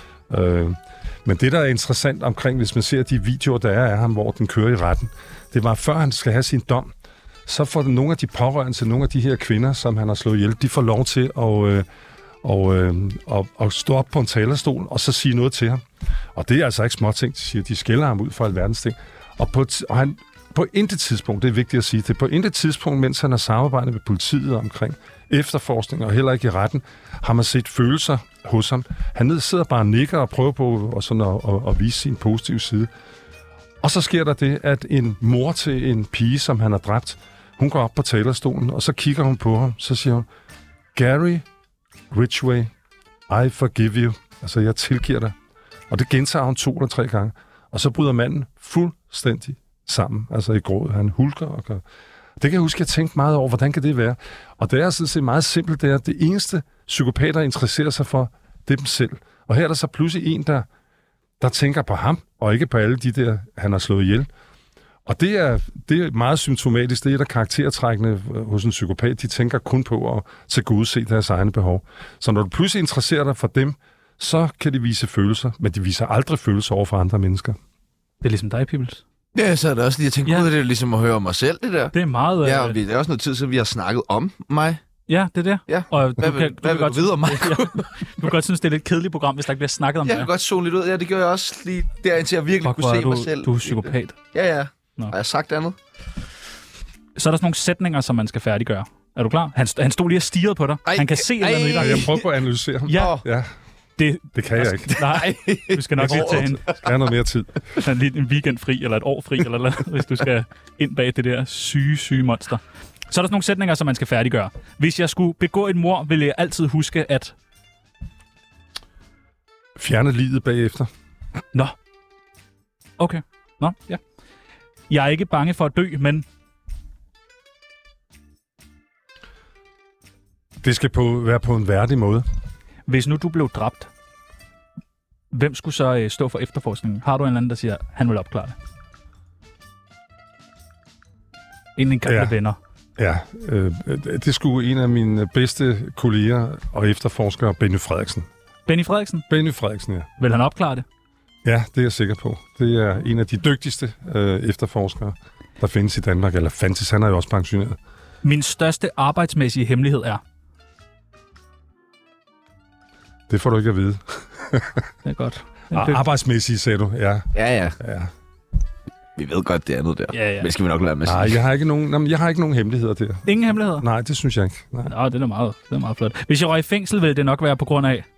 Øh, men det, der er interessant omkring, hvis man ser de videoer, der er af ham, hvor den kører i retten, det var, før han skal have sin dom, så får nogle af de pårørende til nogle af de her kvinder, som han har slået ihjel, de får lov til at... Øh, og, øh, og, og stå op på en talerstol, og så sige noget til ham. Og det er altså ikke småting, de siger. De skælder ham ud for alverdens ting. Og, på, og han, på intet tidspunkt, det er vigtigt at sige det, på intet tidspunkt, mens han har samarbejdet med politiet omkring efterforskning, og heller ikke i retten, har man set følelser hos ham. Han sidder bare og nikker og prøver på og sådan at, at, at vise sin positive side. Og så sker der det, at en mor til en pige, som han har dræbt, hun går op på talerstolen, og så kigger hun på ham, så siger hun, Gary Ridgway, I forgive you. Altså, jeg tilgiver dig. Og det gentager hun to eller tre gange. Og så bryder manden fuldstændig sammen. Altså i gråd. Han hulker og gør. Det kan jeg huske, jeg tænkte meget over, hvordan kan det være? Og det er sådan set meget simpelt, det er, det eneste psykopater interesserer sig for, det er dem selv. Og her er der så pludselig en, der, der tænker på ham, og ikke på alle de der, han har slået ihjel. Og det er, det er meget symptomatisk. Det er et af karaktertrækkene hos en psykopat. De tænker kun på at tilgodese deres egne behov. Så når du pludselig interesserer dig for dem, så kan de vise følelser, men de viser aldrig følelser over for andre mennesker.
Det er ligesom dig, Pibels.
Ja, så er det også lige, jeg tænkte,
Ja.
ja. det er ligesom at høre om mig selv, det der.
Det er meget...
Ja,
øh,
og vi- det er også noget tid siden, vi har snakket om mig.
ja, det er det.
Ja.
Og
Hvad
du
vil-
kan,
hvad
du
vil du vide om mig?
Ja, du kan godt synes, det er et lidt kedeligt program, hvis der ikke bliver snakket om
Jeg
det.
kan godt zone lidt ud. Ja, det gør jeg også lige der, indtil jeg virkelig
Fuck,
kunne
hvor
se
er du,
mig selv.
du er psykopat.
Ja, ja.
Nå.
Har jeg sagt andet?
Så er der sådan nogle sætninger, som man skal færdiggøre. Er du klar? Han, st- han stod lige og stirrede på dig.
Ej,
han kan se et eller andet i
ej.
dig.
Jeg prøver på at analysere ham.
Ja,
Ja,
det,
det kan jeg ikke.
nej, du skal nok lige tage en,
Jeg skal have noget mere tid.
sådan lige en weekend fri, eller et år fri, eller noget, hvis du skal ind bag det der syge, syge monster. Så er der sådan nogle sætninger, som man skal færdiggøre. Hvis jeg skulle begå et mord, ville jeg altid huske, at...
Fjerne livet bagefter.
Nå. Okay. Nå, ja. Jeg er ikke bange for at dø, men...
Det skal på, være på en værdig måde.
Hvis nu du blev dræbt, hvem skulle så øh, stå for efterforskningen? Har du en eller anden, der siger, han vil opklare det? En af dine gamle
Ja.
venner.
Ja, øh, det skulle en af mine bedste kolleger og efterforskere, Benny Frederiksen.
Benny Frederiksen,
Benny Frederiksen, ja.
vil han opklare det?
Ja, det er jeg sikker på. Det er en af de dygtigste øh, efterforskere, der findes i Danmark. Eller fandtes, han er jo også pensioneret.
Min største arbejdsmæssige hemmelighed er...
Det får du ikke at vide.
Det er godt. Det er
Ar-
fedt.
arbejdsmæssigt, sagde du. Ja,
Ja, ja.
ja.
Vi ved godt, det andet der.
Ja, ja.
Men skal vi nok lade med at
Nej,
sige.
jeg har ikke nogen, jamen, jeg har ikke nogen hemmeligheder der.
Ingen hemmeligheder?
Nej, det synes jeg ikke. Nej.
Nå, det er meget, det er meget flot. Hvis jeg røg i fængsel, ville det nok være på grund af...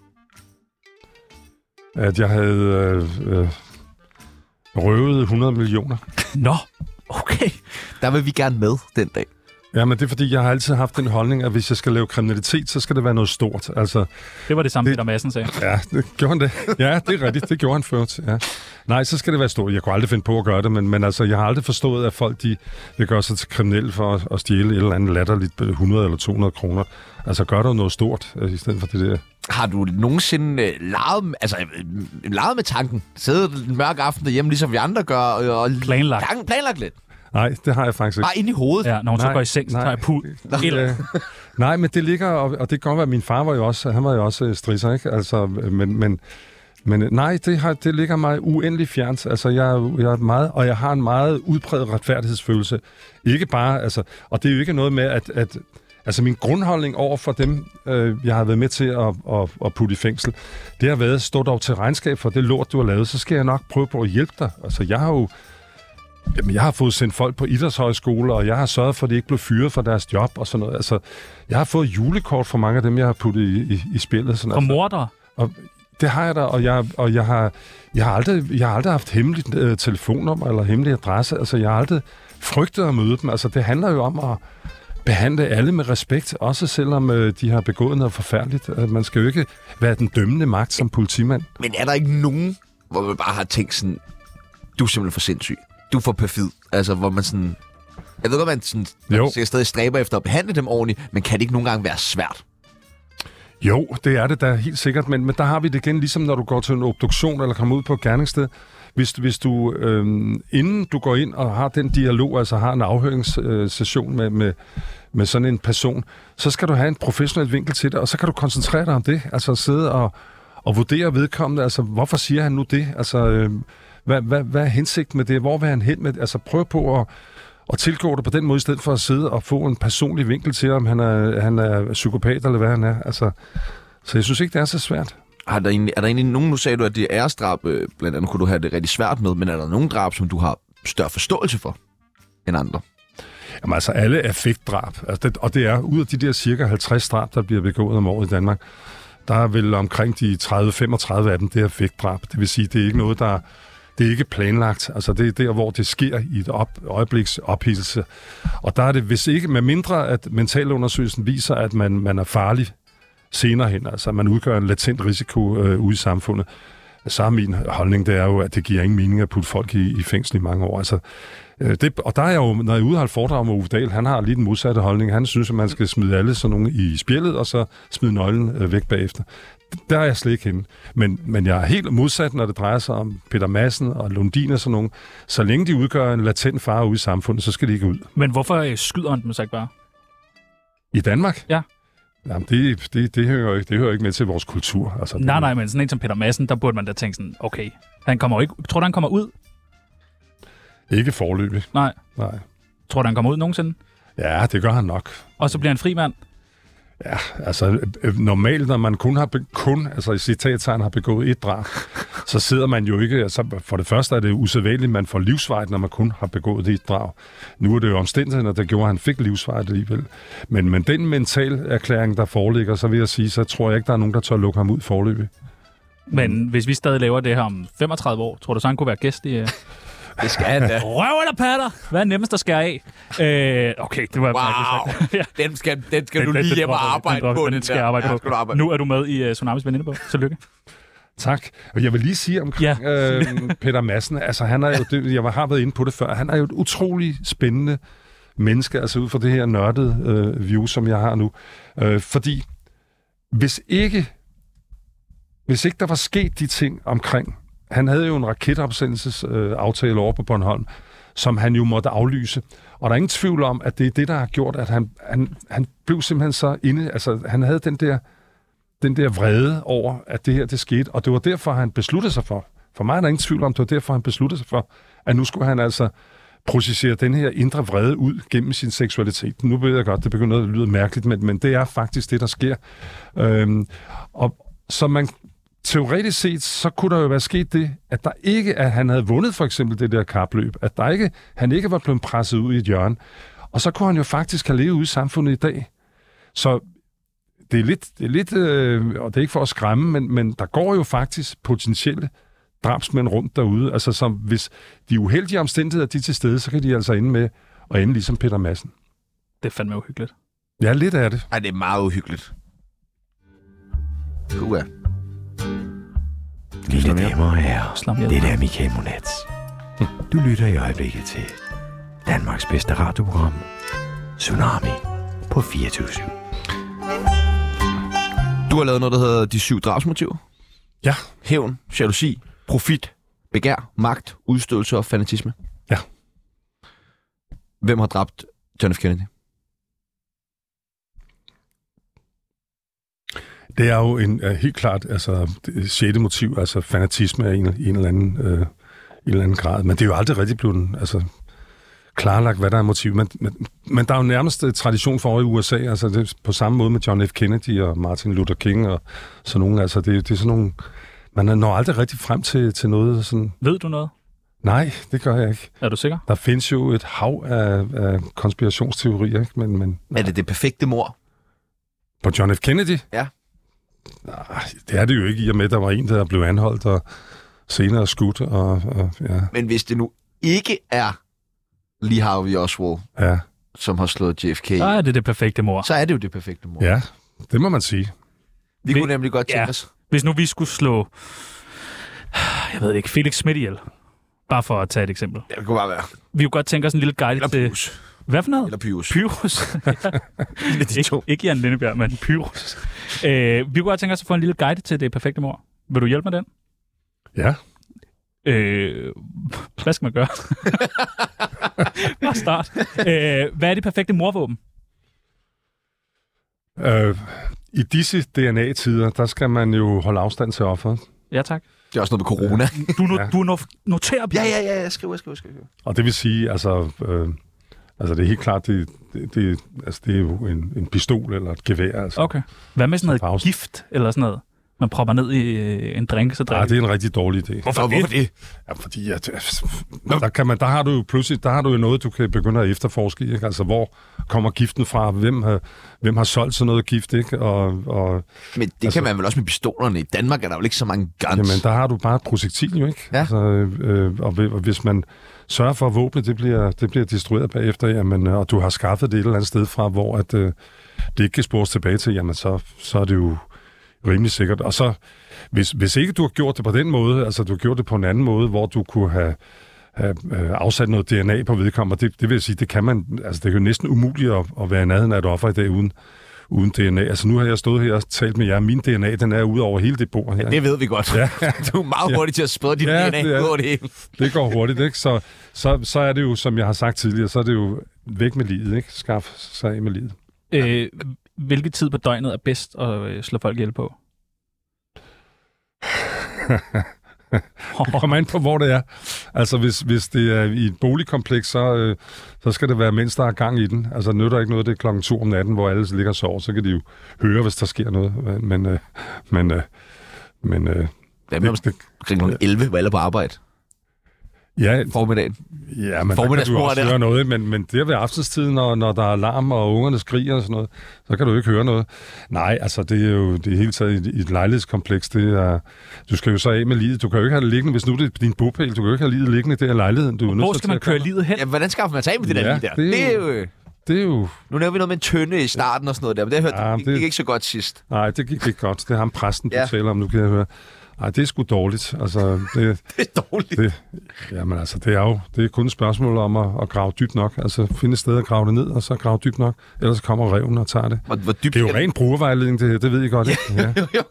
At jeg havde øh, øh, røvet hundrede millioner.
Nå, okay.
Der vil vi gerne med den dag.
Ja, men det er fordi, jeg har altid haft den holdning, at hvis jeg skal lave kriminalitet, så skal det være noget stort. Altså,
det var det samme,
det,
Peter Madsen sagde.
Ja, det gjorde han det. Ja, det er rigtigt. Det gjorde han ført. Ja. Nej, så skal det være stort. Jeg kunne aldrig finde på at gøre det, men, men altså, jeg har aldrig forstået, at folk de vil gøre sig til kriminelle for at, at stjæle et eller andet latterligt hundrede eller to hundrede kroner. Altså, gør der noget stort, øh, i stedet for det der.
Har du nogensinde øh, leget, altså, øh, leget med tanken? Siddet en mørk aften derhjemme, ligesom vi andre gør, øh, og
planlagt.
Gang, planlagt lidt?
Nej, det har jeg faktisk ikke.
Bare inde i hovedet?
Ja, når hun så går i seng, så tager jeg pud.
Ja. Nej, men det ligger, og, og det kan godt være, at min far var jo også, han var jo også strisser, ikke? Altså, men, men, men nej, det, har, det ligger mig uendelig fjernt. Altså, jeg, jeg er meget, og jeg har en meget udpræget retfærdighedsfølelse. Ikke bare, altså, og det er jo ikke noget med, at, at altså min grundholdning over for dem, øh, jeg har været med til at, at, at putte i fængsel, det har været, stå dog til regnskab for det lort, du har lavet, så skal jeg nok prøve på at hjælpe dig. Altså, jeg har jo Jamen, jeg har fået sendt folk på idrætshøjskoler, og jeg har sørget for, at de ikke blev fyret fra deres job og sådan noget. Altså, jeg har fået julekort for mange af dem, jeg har puttet i, i, i spillet. Sådan,
og
altså.
morder?
Og det har jeg da, og jeg, og jeg, har, jeg, har, aldrig, jeg har aldrig haft hemmelig øh, telefonnummer eller hemmelig adresse. Altså, jeg har aldrig frygtet at møde dem. Altså, det handler jo om at behandle alle med respekt, også selvom øh, de har begået noget forfærdeligt. Man skal jo ikke være den dømmende magt som politimand.
Men er der ikke nogen, hvor man bare har tænkt sådan, du er simpelthen for sindssyg? Du er for perfid. Altså, hvor man sådan... Jeg ved godt, man sådan, man stadig stræber efter at behandle dem ordentligt, men kan det ikke nogle gange være svært?
Jo, det er det da helt sikkert, men, men der har vi det igen, ligesom når du går til en obduktion eller kommer ud på et gerningssted. Hvis, hvis du, øhm, inden du går ind og har den dialog, altså har en afhøringssession med, med, med sådan en person, så skal du have en professionel vinkel til det, og så kan du koncentrere dig om det. Altså sidde og, og vurdere vedkommende, altså hvorfor siger han nu det? Altså... Øhm, Hvad, hvad, hvad er hensigten med det? Hvor vil han hen med det? Altså prøv på at, at tilgå det på den måde, i stedet for at sidde og få en personlig vinkel til, om han er, han er psykopat eller hvad han er. Altså, så jeg synes ikke, det er så svært.
Har der egentlig, er der egentlig nogen, nu sagde du, at det er æresdrab, blandt andet kunne du have det rigtig svært med, men er der nogen drab, som du har større forståelse for end andre?
Jamen altså, alle er affektdrab. Altså, det, og det er ud af de der cirka halvtreds drab, der bliver begået om året i Danmark, der er vel omkring de tredive til femogtredive af dem, det er affektdrab. Det vil sige, det er ikke noget, der det er ikke planlagt. Altså, det er der, hvor det sker i et op, øjebliks ophidselse. Og der er det, hvis ikke, med mindre, at mentalundersøgelsen viser, at man, man er farlig senere hen, altså at man udgør en latent risiko øh, ude i samfundet, så er min holdning, det er jo, at det giver ingen mening at putte folk i, i fængsel i mange år. Altså, øh, det, og der er jeg jo, når jeg er ude og holde foredrag med Ove Dahl, han har lige den modsatte holdning. Han synes, at man skal smide alle sådan nogle i spjældet, og så smide nøglen øh, væk bagefter. Der er jeg slet ikke henne. Men, men jeg er helt modsat, når det drejer sig om Peter Madsen og Lundin og sådan nogen. Så længe de udgør en latent fare ude i samfundet, så skal de ikke ud.
Men hvorfor skyder han dem så ikke bare?
I Danmark?
Ja.
Jamen, det, det, det, hører ikke, det hører ikke med til vores kultur. Altså,
nej,
det,
nej, men sådan en som Peter Madsen, der burde man da tænke sådan, okay, han kommer ikke... Tror du, han kommer ud?
Ikke foreløbig.
Nej.
Nej.
Tror du, han kommer ud nogensinde?
Ja, det gør han nok.
Og så bliver han fri mand?
Ja, altså normalt, når man kun har, be- kun, altså i citattegn har begået et drab, så sidder man jo ikke, altså for det første er det usædvanligt, man får livsvarigt, når man kun har begået et drab. Nu er det jo omstændigheden, der gjorde, at han fik livsvarigt alligevel. Men, men den mental erklæring, der foreligger, så vil jeg sige, så tror jeg ikke, der er nogen, der tør lukke ham ud forløbig.
Men mm. hvis vi stadig laver det her om femogtredive år, tror du så, han kunne være gæst i... Uh...
Det skal han da.
Røv eller patter? Hvad er nemmest at skære af? Øh, okay, det var...
Wow,
ja.
den skal, den skal den, du lige den, hjem og arbejde
den,
på.
Den, den skal jeg arbejde ja, på. Arbejde. Nu er du med i uh, Tsunamis venindebog. Tillykke.
Tak. Og jeg vil lige sige omkring ja. øh, Peter Madsen, altså han er jo, det, jeg har været inde på det før, han er jo et utrolig spændende menneske, altså ud fra det her nørdede øh, view, som jeg har nu. Øh, fordi hvis ikke, hvis ikke der var sket de ting omkring, han havde jo en raketopsendelsesaftale øh, over på Bornholm, som han jo måtte aflyse. Og der er ingen tvivl om, at det er det, der har gjort, at han, han, han blev simpelthen så inde, altså han havde den der den der vrede over, at det her, det skete. Og det var derfor, han besluttede sig for. For mig er der ingen tvivl om, det var derfor, han besluttede sig for, at nu skulle han altså processere den her indre vrede ud gennem sin seksualitet. Nu ved jeg godt, det begynder at lyde mærkeligt, men, men det er faktisk det, der sker. Øhm, og så man teoretisk set, så kunne der jo være sket det, at der ikke, at han havde vundet for eksempel det der kapløb, at der ikke, han ikke var blevet presset ud i et hjørne. Og så kunne han jo faktisk have levet ude i samfundet i dag. Så det er lidt, det er lidt øh, og det er ikke for at skræmme, men, men der går jo faktisk potentielle drabsmænd rundt derude. Altså, som hvis de uheldige omstændigheder de er til stede, så kan de altså ende med at ende ligesom Peter Madsen.
Det er fandme uhyggeligt.
Ja, lidt af det.
Ej, det er meget uhyggeligt. Uha.
Mine damer og herrer,
Slap hjem.
det er Michael Monats. Du lytter i øjeblikket til Danmarks bedste radioprogram, Tsunami på fireogtyve syv.
Du har lavet noget, der hedder De Syv Drabsmotiver.
Ja.
Hævn, jalousi, profit, begær, magt, udstødelse og fanatisme.
Ja.
Hvem har dræbt John F. Kennedy?
Det er jo en, uh, helt klart altså, det sjette motiv, altså fanatisme af en, en, eller anden, uh, en eller anden grad. Men det er jo aldrig rigtig blevet altså, klarlagt, hvad der er motiv. Men, men, men der er jo nærmest tradition for over i U S A, altså det er på samme måde med John F. Kennedy og Martin Luther King og sådan nogle. Altså det, det er sådan nogle... Man når aldrig rigtig frem til, til noget sådan...
Ved du noget?
Nej, det gør jeg ikke.
Er du sikker?
Der findes jo et hav af, af konspirationsteorier, ikke? Men, men,
er det det perfekte mord?
På John F. Kennedy?
Ja.
Nej, det er det jo ikke, i og med, at der var en, der blev anholdt og senere skudt. Og, og, ja.
Men hvis det nu ikke er Lee Harvey Oswald,
ja.
som har slået J F K,
så er det det perfekte mord.
Så er det jo det perfekte mord.
Ja, det må man sige.
Vi, vi kunne nemlig godt tænke ja. os.
Hvis nu vi skulle slå, jeg ved ikke, Felix Schmidt ihjel. Bare for at tage et eksempel.
Ja, det kunne bare være.
Vi kunne godt tænke os en lille guide
Eller
til...
Pyrus.
Hvad for noget?
Eller Pyrus.
Pyrus. Ja. Ik- ikke Jan Lindebjerg, men Pyrus. Øh, vi kunne godt tænke os at få en lille guide til det perfekte mord. Vil du hjælpe med den?
Ja.
Øh, hvad skal man gøre? Bare start. Øh, hvad er det perfekte mordvåben?
Øh, I disse D N A-tider, der skal man jo holde afstand til offeret.
Ja, tak.
Det er også noget med corona.
Du, no, ja. du no- noterer...
Ja, ja, ja, jeg skriver, skriver, skriver.
Og det vil sige, altså... Øh, altså, det er helt klart, det, det, det, altså, det er jo en, en pistol eller et gevær. Altså.
Okay. Hvad med sådan noget
pause.
gift eller sådan noget? Man propper ned i øh, en drink, så drikker.
Ja, det er en rigtig dårlig idé.
Hvorfor, Hvorfor det?
Ja, fordi at, der, kan man, der har du jo pludselig der har du jo noget, du kan begynde at efterforske. Ikke? Altså, hvor kommer giften fra? Hvem har, hvem har solgt sådan noget gift? Ikke? Og, og,
Men det altså, kan man vel også med pistolerne. I Danmark er der jo ikke så mange guns.
Jamen, der har du bare et projektil, jo ikke?
Ja.
Altså, øh, og, og hvis man sørger for, at våbnet det bliver, det bliver destrueret bagefter, jamen, og du har skaffet det et eller andet sted fra, hvor at, øh, det ikke kan spores tilbage til, jamen, så, så er det jo rimelig sikkert. Og så, hvis, hvis ikke du har gjort det på den måde, altså du har gjort det på en anden måde, hvor du kunne have, have øh, afsat noget D N A på vedkommende, det, det vil sige, det kan man, altså det er jo næsten umuligt at, at være i nærheden af et offer i dag uden, uden D N A. Altså nu har jeg stået her og talt med jer, min D N A, den er ude over hele det bord her.
Ja, det ved vi godt. Ja. Du er meget hurtig til at spæde din
ja,
D N A
det
over det hele.
Det går hurtigt, ikke? Så, så, så er det jo, som jeg har sagt tidligere, så er det jo væk med livet, ikke? Skaf sig af med livet.
Øh, hvilken tid på døgnet er bedst at øh, slå folk ihjel på?
Det kommer ind på, hvor det er. Altså, hvis, hvis det er i et boligkompleks, så, øh, så skal det være, mens der er gang i den. Altså, nytter ikke noget, det er klokken to om natten, hvor alle ligger og sover, så kan de jo høre, hvis der sker noget. Men, øh, men, øh, men øh,
hvad med det, det, klokken elleve, hvor alle er på arbejde?
Ja,
formiddagen.
Ja, men der kan du også der. høre noget, men, men det er ved aftenstid, når, når der er larm, og ungerne skriger og sådan noget, så kan du ikke høre noget. Nej, altså, det er jo det er hele taget i et lejlighedskompleks. Det er, du skal jo så af med livet. Du kan jo ikke have det liggende, hvis nu det er din bopæl. Du kan jo ikke have livet liggende der i lejligheden. Du er
hvor skal man køre livet hen?
Ja, hvordan skal man tage med det
ja,
der lige der?
Det er,
det er jo...
Det er jo...
Nu nævner vi noget med en tønde i starten og sådan noget der, men det, hørte, ja, det gik ikke så godt sidst.
Nej, det gik ikke godt. Det er ham præsten, du
ja.
taler om, nu kan jeg høre. Nej, det er sgu dårligt. Altså, det,
det er dårligt?
Det, jamen altså, det er jo det er kun et spørgsmål om at, at grave dybt nok. Altså, finde et sted at grave det ned, og så grave dybt nok. Ellers kommer reven og tager det.
Hvor, hvor dybt
det er jo ren brugervejledning, det her. Det ved I godt, ikke? Ja.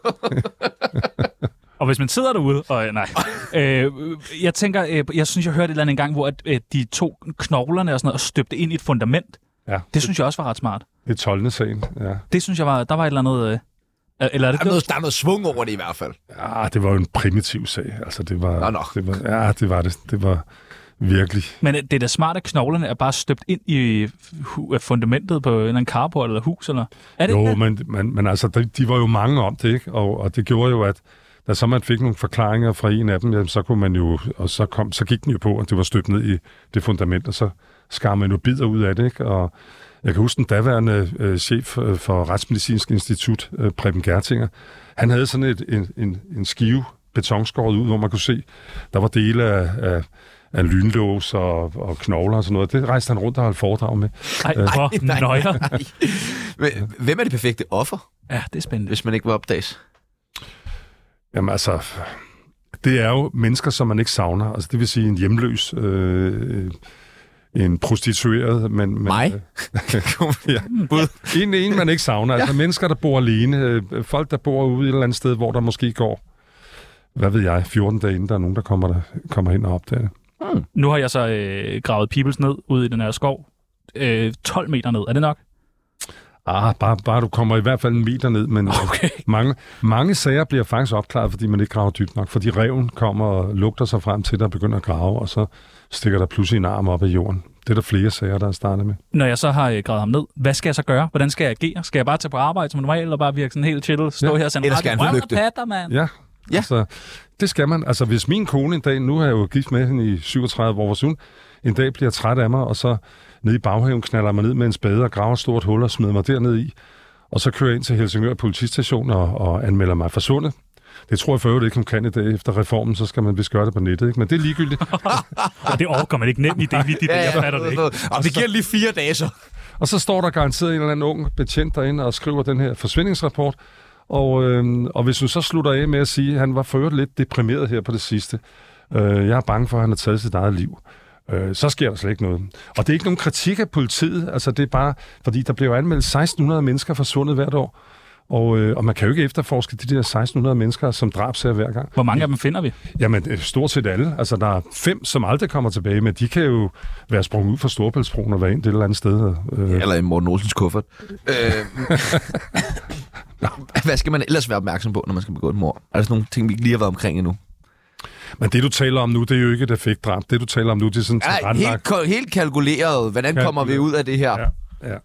Og hvis man sidder derude, og nej, øh, jeg tænker, øh, jeg synes, jeg hørte et eller andet en gang, hvor at, øh, de to knoglerne og sådan noget, og støbte ind i et fundament.
Ja.
Det synes jeg også var ret smart.
Det er tolvende-sagen, ja.
Det synes jeg var, der var et eller andet... Øh, eller er det
der, er noget, der er noget svung over det i hvert fald.
Ja, det var jo en primitiv sag. Altså, det var...
Nå, nå.
Det var, ja, det var det. Det var virkelig...
Men det er da smart, at knoglerne er bare støbt ind i fundamentet på en eller anden carport eller hus, eller? Er det
jo,
det?
men, men, men altså, de, de var jo mange om det, ikke? Og, og det gjorde jo, at da så man fik nogle forklaringer fra en af dem, jamen, så kunne man jo... Og så, kom, så gik den jo på, at det var støbt ned i det fundament, og så skar man jo bidder ud af det, ikke? Og jeg kan huske den daværende øh, chef øh, for Retsmedicinsk Institut, øh, Preben Gertinger. Han havde sådan et, en, en, en skive betonskåret ud, hvor man kunne se, der var dele af, af, af lynlås og, og knogler og sådan noget. Det rejste han rundt og holdt foredrag med.
Ej, hvor nøjer.
Hvem er det perfekte offer?
Ja, det er spændende.
Hvis man ikke vil opdages.
Jamen altså, det er jo mennesker, som man ikke savner. Altså det vil sige en hjemløs, øh, en prostitueret, men... men
Mig?
ja, en, en, man ikke savner. Altså ja. Mennesker, der bor alene. Øh, folk, der bor ude et eller andet sted, hvor der måske går, hvad ved jeg, fjorten dage inden der er nogen, der kommer, der, kommer hen og opdager det.
Hmm. Nu har jeg så øh, gravet Peoples ned ud i den her skov. Øh, tolv meter ned. Er det nok?
Ah, bare, bare du kommer i hvert fald en meter ned, men
okay.
mange, mange sager bliver faktisk opklaret, fordi man ikke graver dybt nok. Fordi reven kommer og lugter sig frem til, der begynder at grave, og så stikker der pludselig en arm op af jorden. Det er der flere sager, der er startet med.
Når jeg så har øh, gravet ham ned, hvad skal jeg så gøre? Hvordan skal jeg agere? Skal jeg bare tage på arbejde som normalt, eller bare virke sådan helt chill, stå
ja.
her og sende
Eller skal han flygte?
Patter, man.
Ja,
ja.
Altså, det skal man. Altså, hvis min kone en dag, nu har jeg jo gift med hende i syvogtredive år siden, en dag bliver træt af mig, og så nede i baghaven knalder mig ned med en spade og graver et stort hul og smider mig derned i. Og så kører jeg ind til Helsingør politistation og, og anmelder mig forsvundet. Det tror jeg for øvrigt ikke, hun kan i dag. Efter reformen, så skal man vist gøre det på nettet, ikke? Men det er ligegyldigt.
Og det overgår man ikke nemt i det, det, det,
ja, ja,
jeg fatter det ikke.
Og det giver lige fire dage så.
Og så står der garanteret en eller anden ung betjent derinde og skriver den her forsvindingsrapport. Og, øh, og hvis hun så slutter af med at sige, at han var for øvrigt lidt deprimeret her på det sidste. Øh, jeg er bange for, at han har taget sit eget liv. Øh, så sker der slet ikke noget. Og det er ikke nogen kritik af politiet, altså det er bare, fordi der bliver anmeldt seksten hundrede mennesker forsvundet hvert år, og, øh, og man kan jo ikke efterforske de der seksten hundrede mennesker, som drabsager hver gang.
Hvor mange af dem finder vi?
Jamen, stort set alle. Altså, der er fem, som aldrig kommer tilbage, men de kan jo være sprunget ud fra Storebæltsbroen og være ind et eller andet sted. Øh.
Eller i Morten Olsens kuffert. øh, Hvad skal man ellers være opmærksom på, når man skal begå et mord? Er der sådan nogle ting, vi ikke lige har været omkring endnu?
Men det, du taler om nu, det er jo ikke et effektdrab. Det, du taler om nu, det er sådan...
Ja, helt, ko- helt kalkuleret. Hvordan kommer vi ud af det her?
Ja, ja.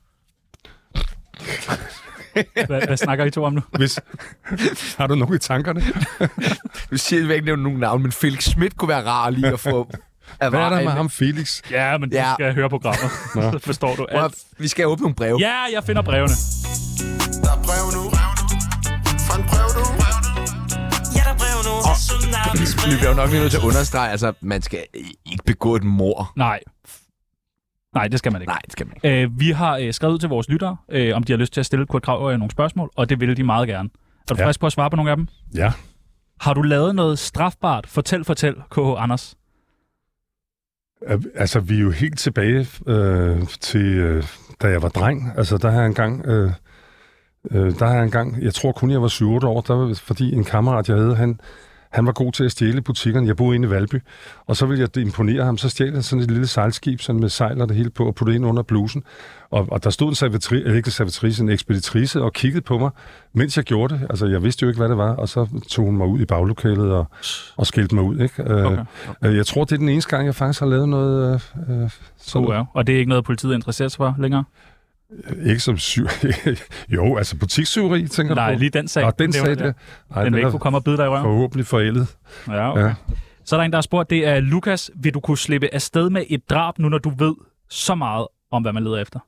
hvad, hvad snakker I to om nu?
Hvis, har du nogen i tankerne?
Du siger, at vi ikke nævner nogen navn, men Felix Schmidt kunne være rar lige at få...
Hvad er der med ham, Felix?
Ja, men du ja. skal høre programmet. Så forstår du alt.
Vi skal åbne nogle breve.
Ja, jeg finder brevene.
Der er brev nu. Fra en brev nu. Ja, der er brev nu.
Vi bliver jo nok lige nødt til at understrege, altså, man skal ikke begå et mord.
Nej. Nej, det skal man ikke.
Nej, det skal man ikke.
Øh, vi har øh, skrevet ud til vores lyttere, øh, om de har lyst til at stille Kurt Krag nogle spørgsmål, og det vil de meget gerne. Er du ja. frisk på at svare på nogle af dem?
Ja.
Har du lavet noget strafbart? Fortæl, fortæl, K H. Anders.
Altså, vi er jo helt tilbage øh, til, øh, da jeg var dreng. Altså, der har jeg engang... Øh, øh, der har jeg engang... Jeg tror kun, jeg var syv otte år, der var, fordi en kammerat, jeg havde, han... Han var god til at stjæle i butikkerne. Jeg boede inde i Valby. Og så ville jeg imponere ham. Så stjal han sådan et lille sejlskib sådan med sejler det hele på og puttede ind under blusen. Og, og der stod en servitrice, ikke en servitrice, en ekspeditrice og kiggede på mig, mens jeg gjorde det. Altså, jeg vidste jo ikke, hvad det var. Og så tog hun mig ud i baglokalet og, og skældte mig ud. Ikke? Okay. Øh, jeg tror, det er den eneste gang, jeg faktisk har lavet noget... Øh, sådan.
Uh, ja. Og det er ikke noget, politiet interesserer sig for længere?
Ikke som syv... jo, altså butikstyveri, tænker
Nej,
du på?
lige den sag.
Nå, den sag, det.
Ej, den vil ikke kunne komme og bide dig i røven.
Forhåbentlig forældet.
Ja, okay. Ja. Så er der en, der har spurgt, det er Lukas, vil du kunne slippe afsted med et drab, nu når du ved så meget om, hvad man leder efter?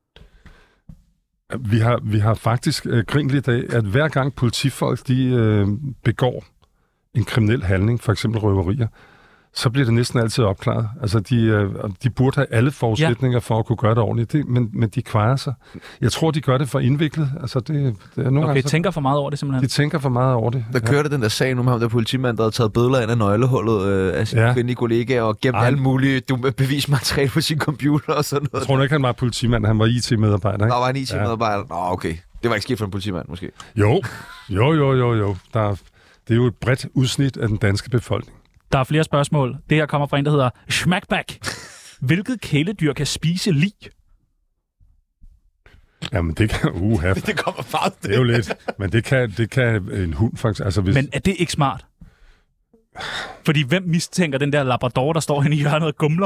Vi har, vi har faktisk øh, grint lidt af, at hver gang politifolk de, øh, begår en kriminel handling, for eksempel røverier, så bliver det næsten altid opklaret. Altså, de, øh, de burde have alle forudsætninger ja. for at kunne gøre det ordentligt, det, men, men de kvarer sig. Jeg tror, de gør det for indviklet. Altså, det, det er nogle
okay,
gange,
så, tænker for meget over det simpelthen?
De tænker for meget over det.
Der ja. kørte den der sag nu med ham, der politimand, der havde taget billeder ind af nøglehullet øh, af sine ja. kvindelige kollegaer og gemt alle mulige bevismateriale på sin computer og sådan noget.
Jeg tror ikke, han var politimand, han var I T-medarbejder, ikke?
Nå, var han I T-medarbejder? Ja. Nå, okay. Det var ikke sket for en politimand, måske?
Jo, jo, jo, jo, jo. Der, det er jo et bredt udsnit af den danske befolkning.
Der er flere spørgsmål. Det her kommer fra en, der hedder Schmackback. Hvilket kæledyr kan spise lig?
Jamen, det kan... Uh,
det kommer meget.
Det er jo lidt. Men det kan, det kan en hund faktisk... Altså, hvis...
Men er det ikke smart? Fordi hvem mistænker den der labrador, der står henne i hjørnet og gumler?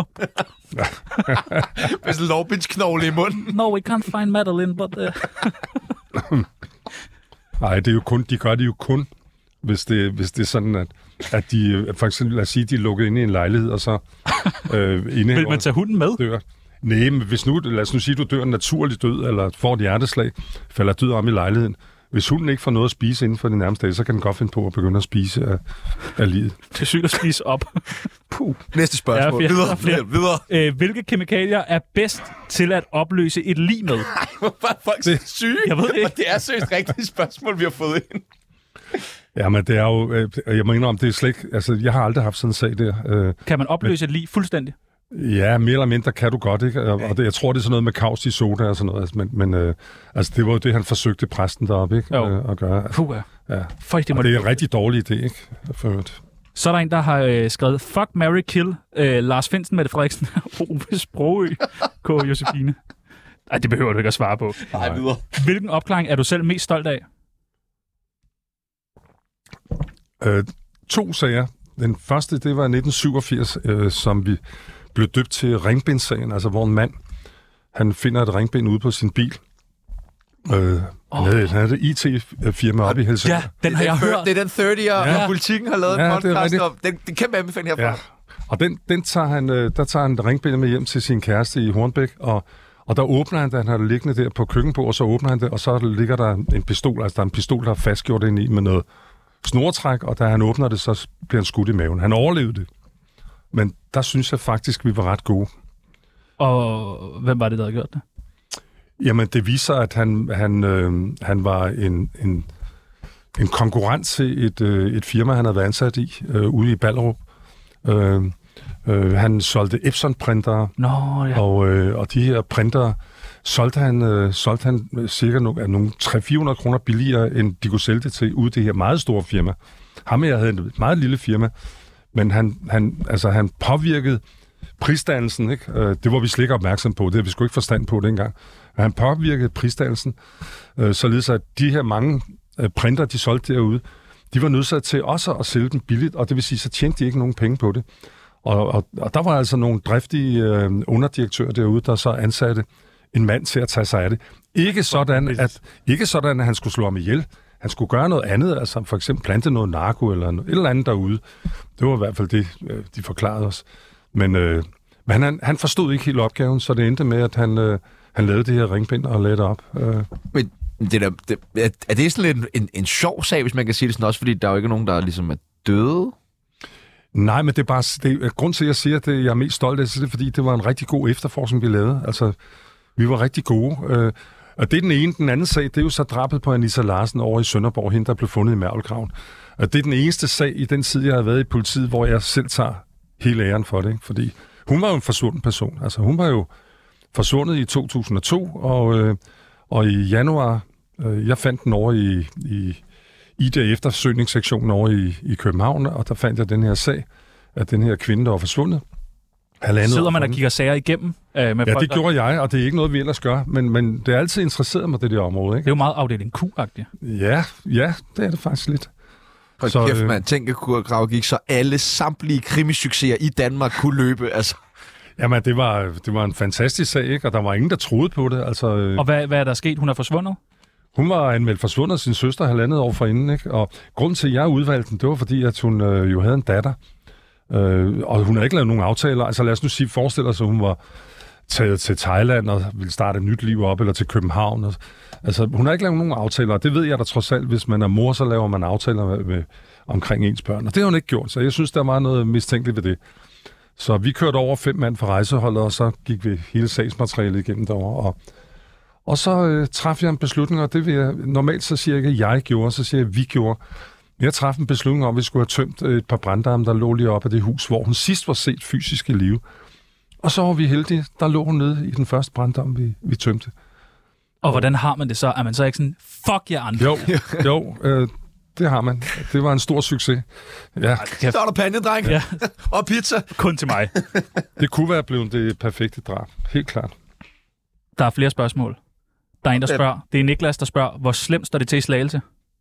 Med sådan en lovbindsknogle i munden.
No, we can't find Madeline, but... Uh...
Nej, det er jo kun... De gør det jo kun, hvis det, hvis det er sådan, at... At de, for eksempel, lad os sige, de er lukket inde i en lejlighed, og så... Øh,
Vil man tage hunden med?
Dør. Nej, men hvis nu, lad os nu sige, du dør en naturlig død, eller får et hjerteslag, falder død om i lejligheden. Hvis hunden ikke får noget at spise inden for de nærmeste dage, så kan den godt finde på at begynde at spise af, af livet.
Det er sygt at spise op.
Puh. Næste spørgsmål.
Ja,
videre, videre, videre.
Øh, hvilke kemikalier er bedst til at opløse et lig med?
Nej, hvorfor er folk så syge?
Jeg ved det ikke.
Og det er seriøst rigtige spørgsmål, vi har fået ind.
Ja, men det er jo... Øh, jeg må indrømme, det er slet ikke... Altså, jeg har aldrig haft sådan en sag der. Øh,
kan man opløse men, et lig fuldstændig?
Ja, mere eller mindre kan du godt, ikke? Og, og det, jeg tror, det er sådan noget med kaustik soda og sådan noget. Altså, men men øh, altså, det var jo det, han forsøgte præsten deroppe, ikke? Øh, at gøre.
Puh, ja.
Ja.
Folk, det,
og det er en rigtig dårlig idé, ikke? For
så er der en, der har øh, skrevet Fuck, marry, kill øh, Lars Findsen, Mette Frederiksen og Ove Sprogø, K. Josefine. Ej, det behøver du ikke at svare på.
Nej, videre.
Hvilken opklaring er du selv mest stolt af?
Øh, to sager. Den første, det var nitten syvogfirs, øh, som vi blev døbt til ringbindsagen, altså hvor en mand, han finder et ringbind ude på sin bil. Øh, oh. Han havde, han havde et I T-firma oppe i Helsingør.
Ja, den har jeg hørt.
Det er den tredi'er,
ja.
og Politikken har lavet
ja,
en podcast om. Den, den kæmpe anbefaling herfra.
Ja. Og den, den tager han, øh, der tager han ringbindet med hjem til sin kæreste i Hornbæk, og, og der åbner han det, han har det liggende der på køkkenbordet, og så åbner han det, og så ligger der en pistol, altså der er en pistol, der er fastgjort ind i med noget snortræk, og da han åbner det, så bliver han skudt i maven. Han overlevede det. Men der synes jeg faktisk, vi var ret gode.
Og hvem var det, der havde gjort det?
Jamen, det viser, at han, han, øh, han var en, en, en konkurrent til et, øh, et firma, han havde været ansat i, øh, ude i Ballerup. Øh, øh, han solgte Epson-printere,
Nå, ja.
og, øh, og de her printere solgte han, øh, solgte han cirka nogle, nogle tre hundrede til fire hundrede kroner billigere, end de kunne sælge det til ude i det her meget store firma. Ham og jeg havde et meget lille firma, men han, han, altså, han påvirkede prisdannelsen, ikke? Øh, det var vi slet ikke opmærksom på, det havde vi sgu ikke forstand på dengang. Men han påvirkede prisdannelsen, øh, således at de her mange øh, printer, de solgte derude, de var nødsat til også at sælge dem billigt, og det vil sige, så tjente de ikke nogen penge på det. Og, og, og der var altså nogle driftige øh, underdirektører derude, der så ansatte en mand til at tage sig af det. Ikke sådan, at, ikke sådan, at han skulle slå ham ihjel. Han skulle gøre noget andet, altså for eksempel plante noget narko eller noget, et eller andet derude. Det var i hvert fald det, de forklarede os. Men, øh, men han, han forstod ikke helt opgaven, så det endte med, at han, øh, han lavede det her ringbind og lagde det op. Øh.
Men det der, det, er, er det sådan lidt en, en sjov sag, hvis man kan sige det sådan også, fordi der er jo ikke nogen, der ligesom er døde?
Nej, men det er bare... Det er, grund til, at jeg siger, at det, jeg er mest stolt af, så det er, fordi det var en rigtig god efterforskning, vi lavede. Altså, vi var rigtig gode. Øh, og det er den ene. Den anden sag, det er jo så drabet på Anissa Larsen over i Sønderborg, hende, der blev fundet i Mærvelgraven. Og det er den eneste sag i den tid, jeg har været i politiet, hvor jeg selv tager hele æren for det. Ikke? Fordi hun var jo en forsvunden person. Altså, hun var jo forsvundet i to tusind og to, og, øh, og i januar, øh, jeg fandt den over i... i i det eftersøgningssektionen over i, i København, og der fandt jeg den her sag, at den her kvinde, der var forsvundet.
Sidder man og kigger sager igennem øh, med
ja,
folk,
det gjorde jeg, og det er ikke noget, vi ellers gør, men, men det er altid interesseret mig, det der område. Ikke?
Det er jo meget afdeling Q-agtigt.
Ja, ja, det er det faktisk lidt.
Hold så, kæft, man. Tænk, at Grav gik, så alle samtlige krimissucceser i Danmark kunne løbe, altså.
Jamen, det var, det var en fantastisk sag, ikke? Og der var ingen, der troede på det. Altså,
og hvad, hvad er der sket? Hun er forsvundet?
Hun var anmeldt forsvundet af sin søster halvandet år forinden, ikke? Og grunden til, at jeg udvalgte den, det var fordi, at hun øh, jo havde en datter. Øh, og hun havde ikke lavet nogen aftaler. Altså lad os nu sige, forestille os, at hun var taget til Thailand og ville starte et nyt liv op, eller til København. Og, altså, hun har ikke lavet nogen aftaler, og det ved jeg da trods alt. Hvis man er mor, så laver man aftaler med, med, omkring ens børn. Og det har hun ikke gjort, så jeg synes, der var noget mistænkeligt ved det. Så vi kørte over fem mand fra rejseholdet, og så gik vi hele sagsmaterialet igennem derovre, og Og så øh, traf jeg en beslutning, og det vil jeg... Normalt så siger jeg ikke, at jeg gjorde, så siger jeg, at vi gjorde. Jeg traf en beslutning om, at vi skulle have tømt et par branddarme, der lå lige op af det hus, hvor hun sidst var set fysisk i live. Og så var vi heldige, der lå hun nede i den første branddarm, vi, vi tømte.
Og hvordan har man det så? Er man så ikke sådan, fuck jer andre?
Jo, jo øh, det har man. Det var en stor succes. Ja.
Så er der pandedreng ja. og pizza.
Kun til mig.
Det kunne være blevet det perfekte drab. Helt klart.
Der er flere spørgsmål. Der er en, der spørger. Det er Niklas, der spørger, hvor slemt står det til i Slagelse?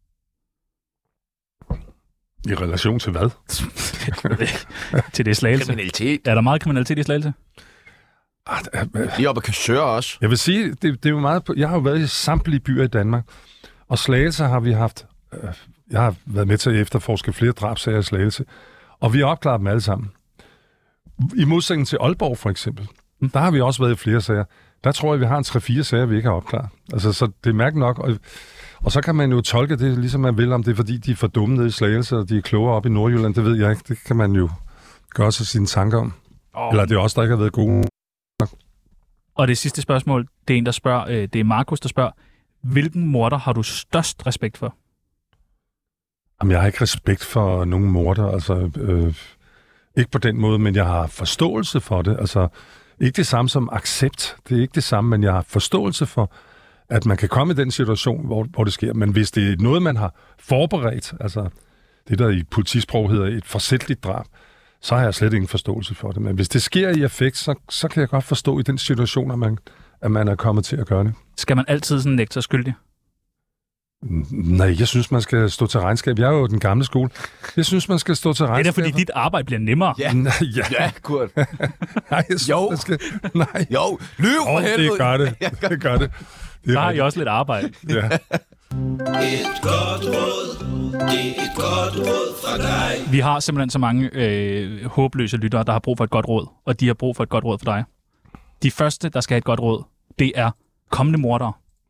I relation til hvad?
til det Slagelse.
Kriminalitet.
Er der meget kriminalitet i Slagelse?
Lige oppe af Kassør også.
Jeg vil sige, det, det er jo meget... Jeg har jo været i samtlige byer i Danmark, og Slagelse har vi haft... Øh, jeg har været med til at efterforske flere drabsager i Slagelse, og vi har opklaret dem alle sammen. I modsætning til Aalborg for eksempel, mm. der har vi også været i flere sager. Der tror jeg, vi har en tre-fire sager, vi ikke har opklaret. Altså, så det er mærkeligt nok. Og, og så kan man jo tolke det, ligesom man vil, om det er, fordi de er for dumme nede i Slagelse, og de er klogere op i Nordjylland. Det ved jeg ikke. Det kan man jo gør sig sine tanker om.
Oh.
Eller det er også der ikke har været gode.
Og det sidste spørgsmål, det er en, der spørger, øh, det er Markus, der spørger, hvilken morder har du størst respekt for?
Jamen, jeg har ikke respekt for nogen morder, altså øh, ikke på den måde, men jeg har forståelse for det. Altså, ikke det samme som accept, det er ikke det samme, men jeg har forståelse for, at man kan komme i den situation, hvor, hvor det sker. Men hvis det er noget, man har forberedt, altså det, der i politisprog hedder et forsætligt drab, så har jeg slet ingen forståelse for det. Men hvis det sker i affekt, så, så kan jeg godt forstå i den situation, at man, at man er kommet til at gøre det.
Skal man altid sådan nægte sig skyldig?
Nej, jeg synes, man skal stå til regnskab. Jeg er jo den gamle skole. Jeg synes, man skal stå til regnskab.
Det er da, fordi dit arbejde bliver nemmere.
Ja,
ja.
ja Kurt.
Nej, jeg synes,
jo.
man skal... Nej.
Jo, lyv for
oh,
helvede.
det gør det. Det gør det. det
Der har I også lidt arbejde.
Ja.
Et godt råd, det er et godt råd fra dig.
Vi har simpelthen så mange øh, håbløse lyttere, der har brug for et godt råd, og de har brug for et godt råd fra dig. De første, der skal have et godt råd, det er kommende mordere.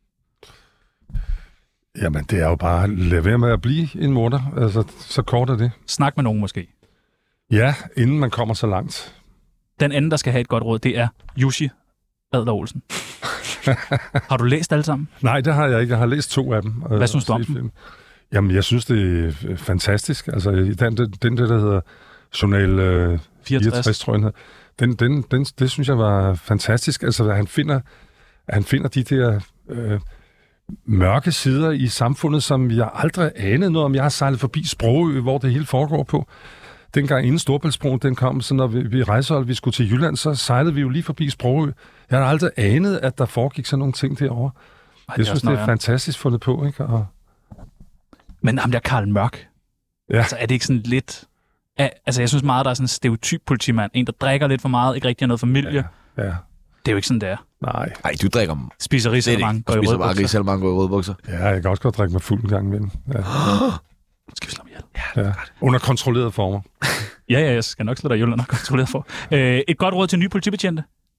Jamen, det er jo bare, lad være med at blive en morder. Altså, så kort er det.
Snak med nogen måske.
Ja, inden man kommer så langt.
Den anden, der skal have et godt råd, det er Jussi Adler Olsen. Har du læst alle sammen?
Nej, det har jeg ikke. Jeg har læst to af dem.
Hvad synes du om dem?
Jamen, jeg synes, det er fantastisk. Altså, den, den, den der, der hedder Journal øh, fireogtres, tror jeg, den, den, den, det synes jeg var fantastisk. Altså, han finder, han finder de der... Øh, mørke sider i samfundet, som jeg aldrig anede noget om. Jeg har sejlet forbi Sprogø, hvor det hele foregår på. Dengang inden Storebæltsbroen den kom, så når vi, vi rejsehold, vi skulle til Jylland, så sejlede vi jo lige forbi Sprogø. Jeg har aldrig anet, at der foregik sådan nogle ting derovre. Ej, jeg synes, det er fantastisk fundet på, ikke? Og...
Men ham der Karl Mørk,
ja.
Altså er det ikke sådan lidt... Altså jeg synes meget, der er sådan en stereotyp politimand. En, der drikker lidt for meget, ikke rigtig har noget familie.
Ja, ja.
Det er jo ikke sådan, det er.
Nej.
Nej, du drikker...
Spiser risalemang, går i røde bukser.
Spiser bare går i røde bukser.
Ja, jeg kan også godt drikke mig fuld en gang imellem. Ja.
Skal vi slå mig ihjel?
Ja, ja. Under kontrollerede former.
ja, ja, jeg skal nok slå dig ihjel under kontrolleret for. Øh, et godt råd til nye politibetjente?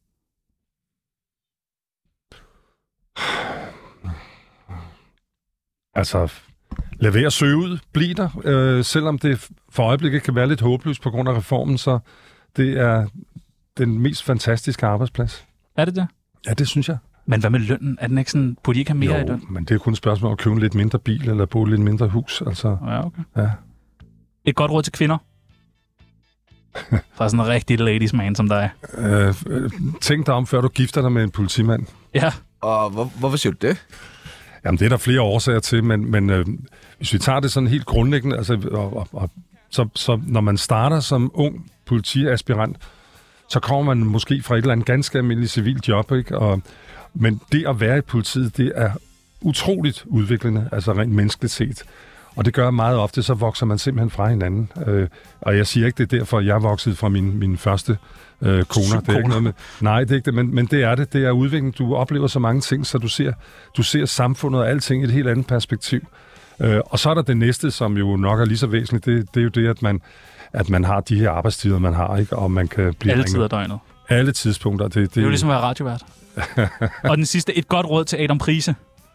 Altså, lad være at søge ud. Bliv der. Øh, selvom det for øjeblikket kan være lidt håbløst på grund af reformen, så det er den mest fantastiske arbejdsplads.
Er det det?
Ja, det synes jeg.
Men hvad med lønnen? Er den ikke sådan, burde I ikke have mere
jo,
i løn?
Men det er kun et spørgsmål om at købe en lidt mindre bil, eller bo i lidt mindre hus. Altså,
ja, okay.
Ja.
Et godt råd til kvinder? Fra sådan en rigtig ladies man som dig.
Øh, tænk dig om, før du gifter dig med en politimand.
Ja.
Og hvor, hvorfor siger du det?
Jamen, det er der flere årsager til, men, men øh, hvis vi tager det sådan helt grundlæggende, altså, og, og, og, så, så når man starter som ung politiaspirant, så kommer man måske fra et eller andet ganske almindeligt civilt job, ikke? Og, men det at være i politiet, det er utroligt udviklende, altså rent menneskeligt set. Og det gør meget ofte, så vokser man simpelthen fra hinanden. Øh, og jeg siger ikke, det er derfor, jeg er vokset fra min, min første øh, koner. Det er ikke noget med, nej, det er ikke det, men, men det er det. Det er udvikling. Du oplever så mange ting, så du ser, du ser samfundet og alting i et helt andet perspektiv. Øh, og så er der det næste, som jo nok er lige så væsentligt. Det, det er jo det, at man, at man har de her arbejdstider, man har, ikke? Og man kan blive...
Alle tider af døgnet.
Alle tidspunkter. Det, det,
det er jo ligesom at være radiovært. Og den sidste, et godt råd til Adam Prise.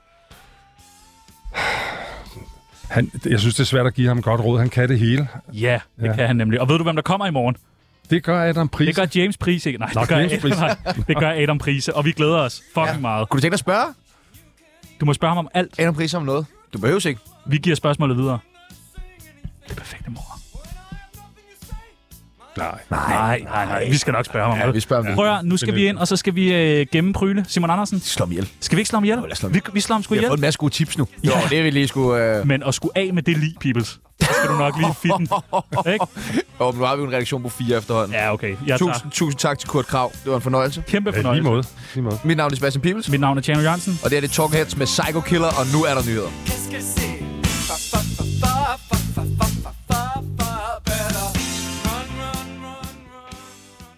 Han, jeg synes, det er svært at give ham et godt råd. Han kan det hele.
Ja, det ja. kan han nemlig. Og ved du, hvem der kommer i morgen?
Det gør Adam Prise.
Det gør James Prise, ikke? Nej,
Nå,
det, gør
James
Adam,
Prise.
nej, det gør Adam Prise. Og vi glæder os fucking ja. meget.
Kunne du tænke dig at spørge?
Du må spørge ham om alt.
Adam Prise om noget. Du behøver ikke.
Vi giver spørgsmålet videre. Det er perfekte mor.
Nej.
Nej, nej, nej. Vi skal nok spørge ham om
ja,
det.
Vi spørger ham.
Prøv at, nu skal vi ind, og så skal vi øh, gemme Prygle. Simon Andersen.
Slå ham ihjel.
Skal vi ikke slå ham ihjel?
Jo, slå ham.
Vi, vi slår ham sgu ihjel.
Jeg har fået en masse gode tips nu.
Ja.
Jo, det er vi lige skulle... Øh...
Men at skulle af med det lige, peoples. Så skal du nok lige fitten. Ikke?
Jo, men nu har vi jo en redaktion på fire efterhånden.
Ja, okay. Jeg
tusind, tusind tak til Kurt Krav. Det var en fornøjelse.
Kæmpe fornøjelse.
Ja, lige måde. Lige måde.
Mit navn er Sebastian Peoples.
Mit navn er Tjerno Jørgensen.
Og det er det Talkheads med Psycho Killer, og nu er der nyheder.